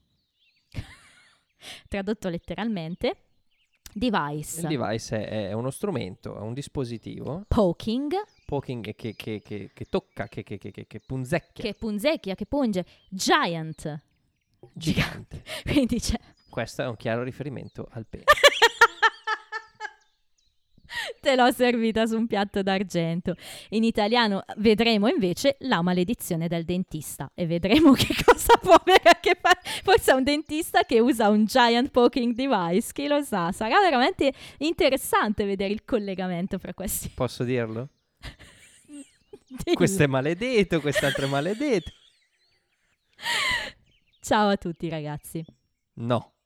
Tradotto letteralmente, device, Il device è, è uno strumento, è un dispositivo poking, poking che, che, che, che tocca, che, che, che, che- che punzecchia, che punzecchia, che punge, giant, gigante. quindi c'è... Questo è un chiaro riferimento al pene. Te l'ho servita su un piatto d'argento. In italiano vedremo invece La maledizione del dentista e vedremo che cosa può avere a che fare. Forse è un dentista che usa un giant poking device, chi lo sa. Sarà veramente interessante vedere il collegamento fra questi. Posso dirlo? Dillo. Questo è maledetto, quest'altro è maledetto. Ciao a tutti ragazzi. No.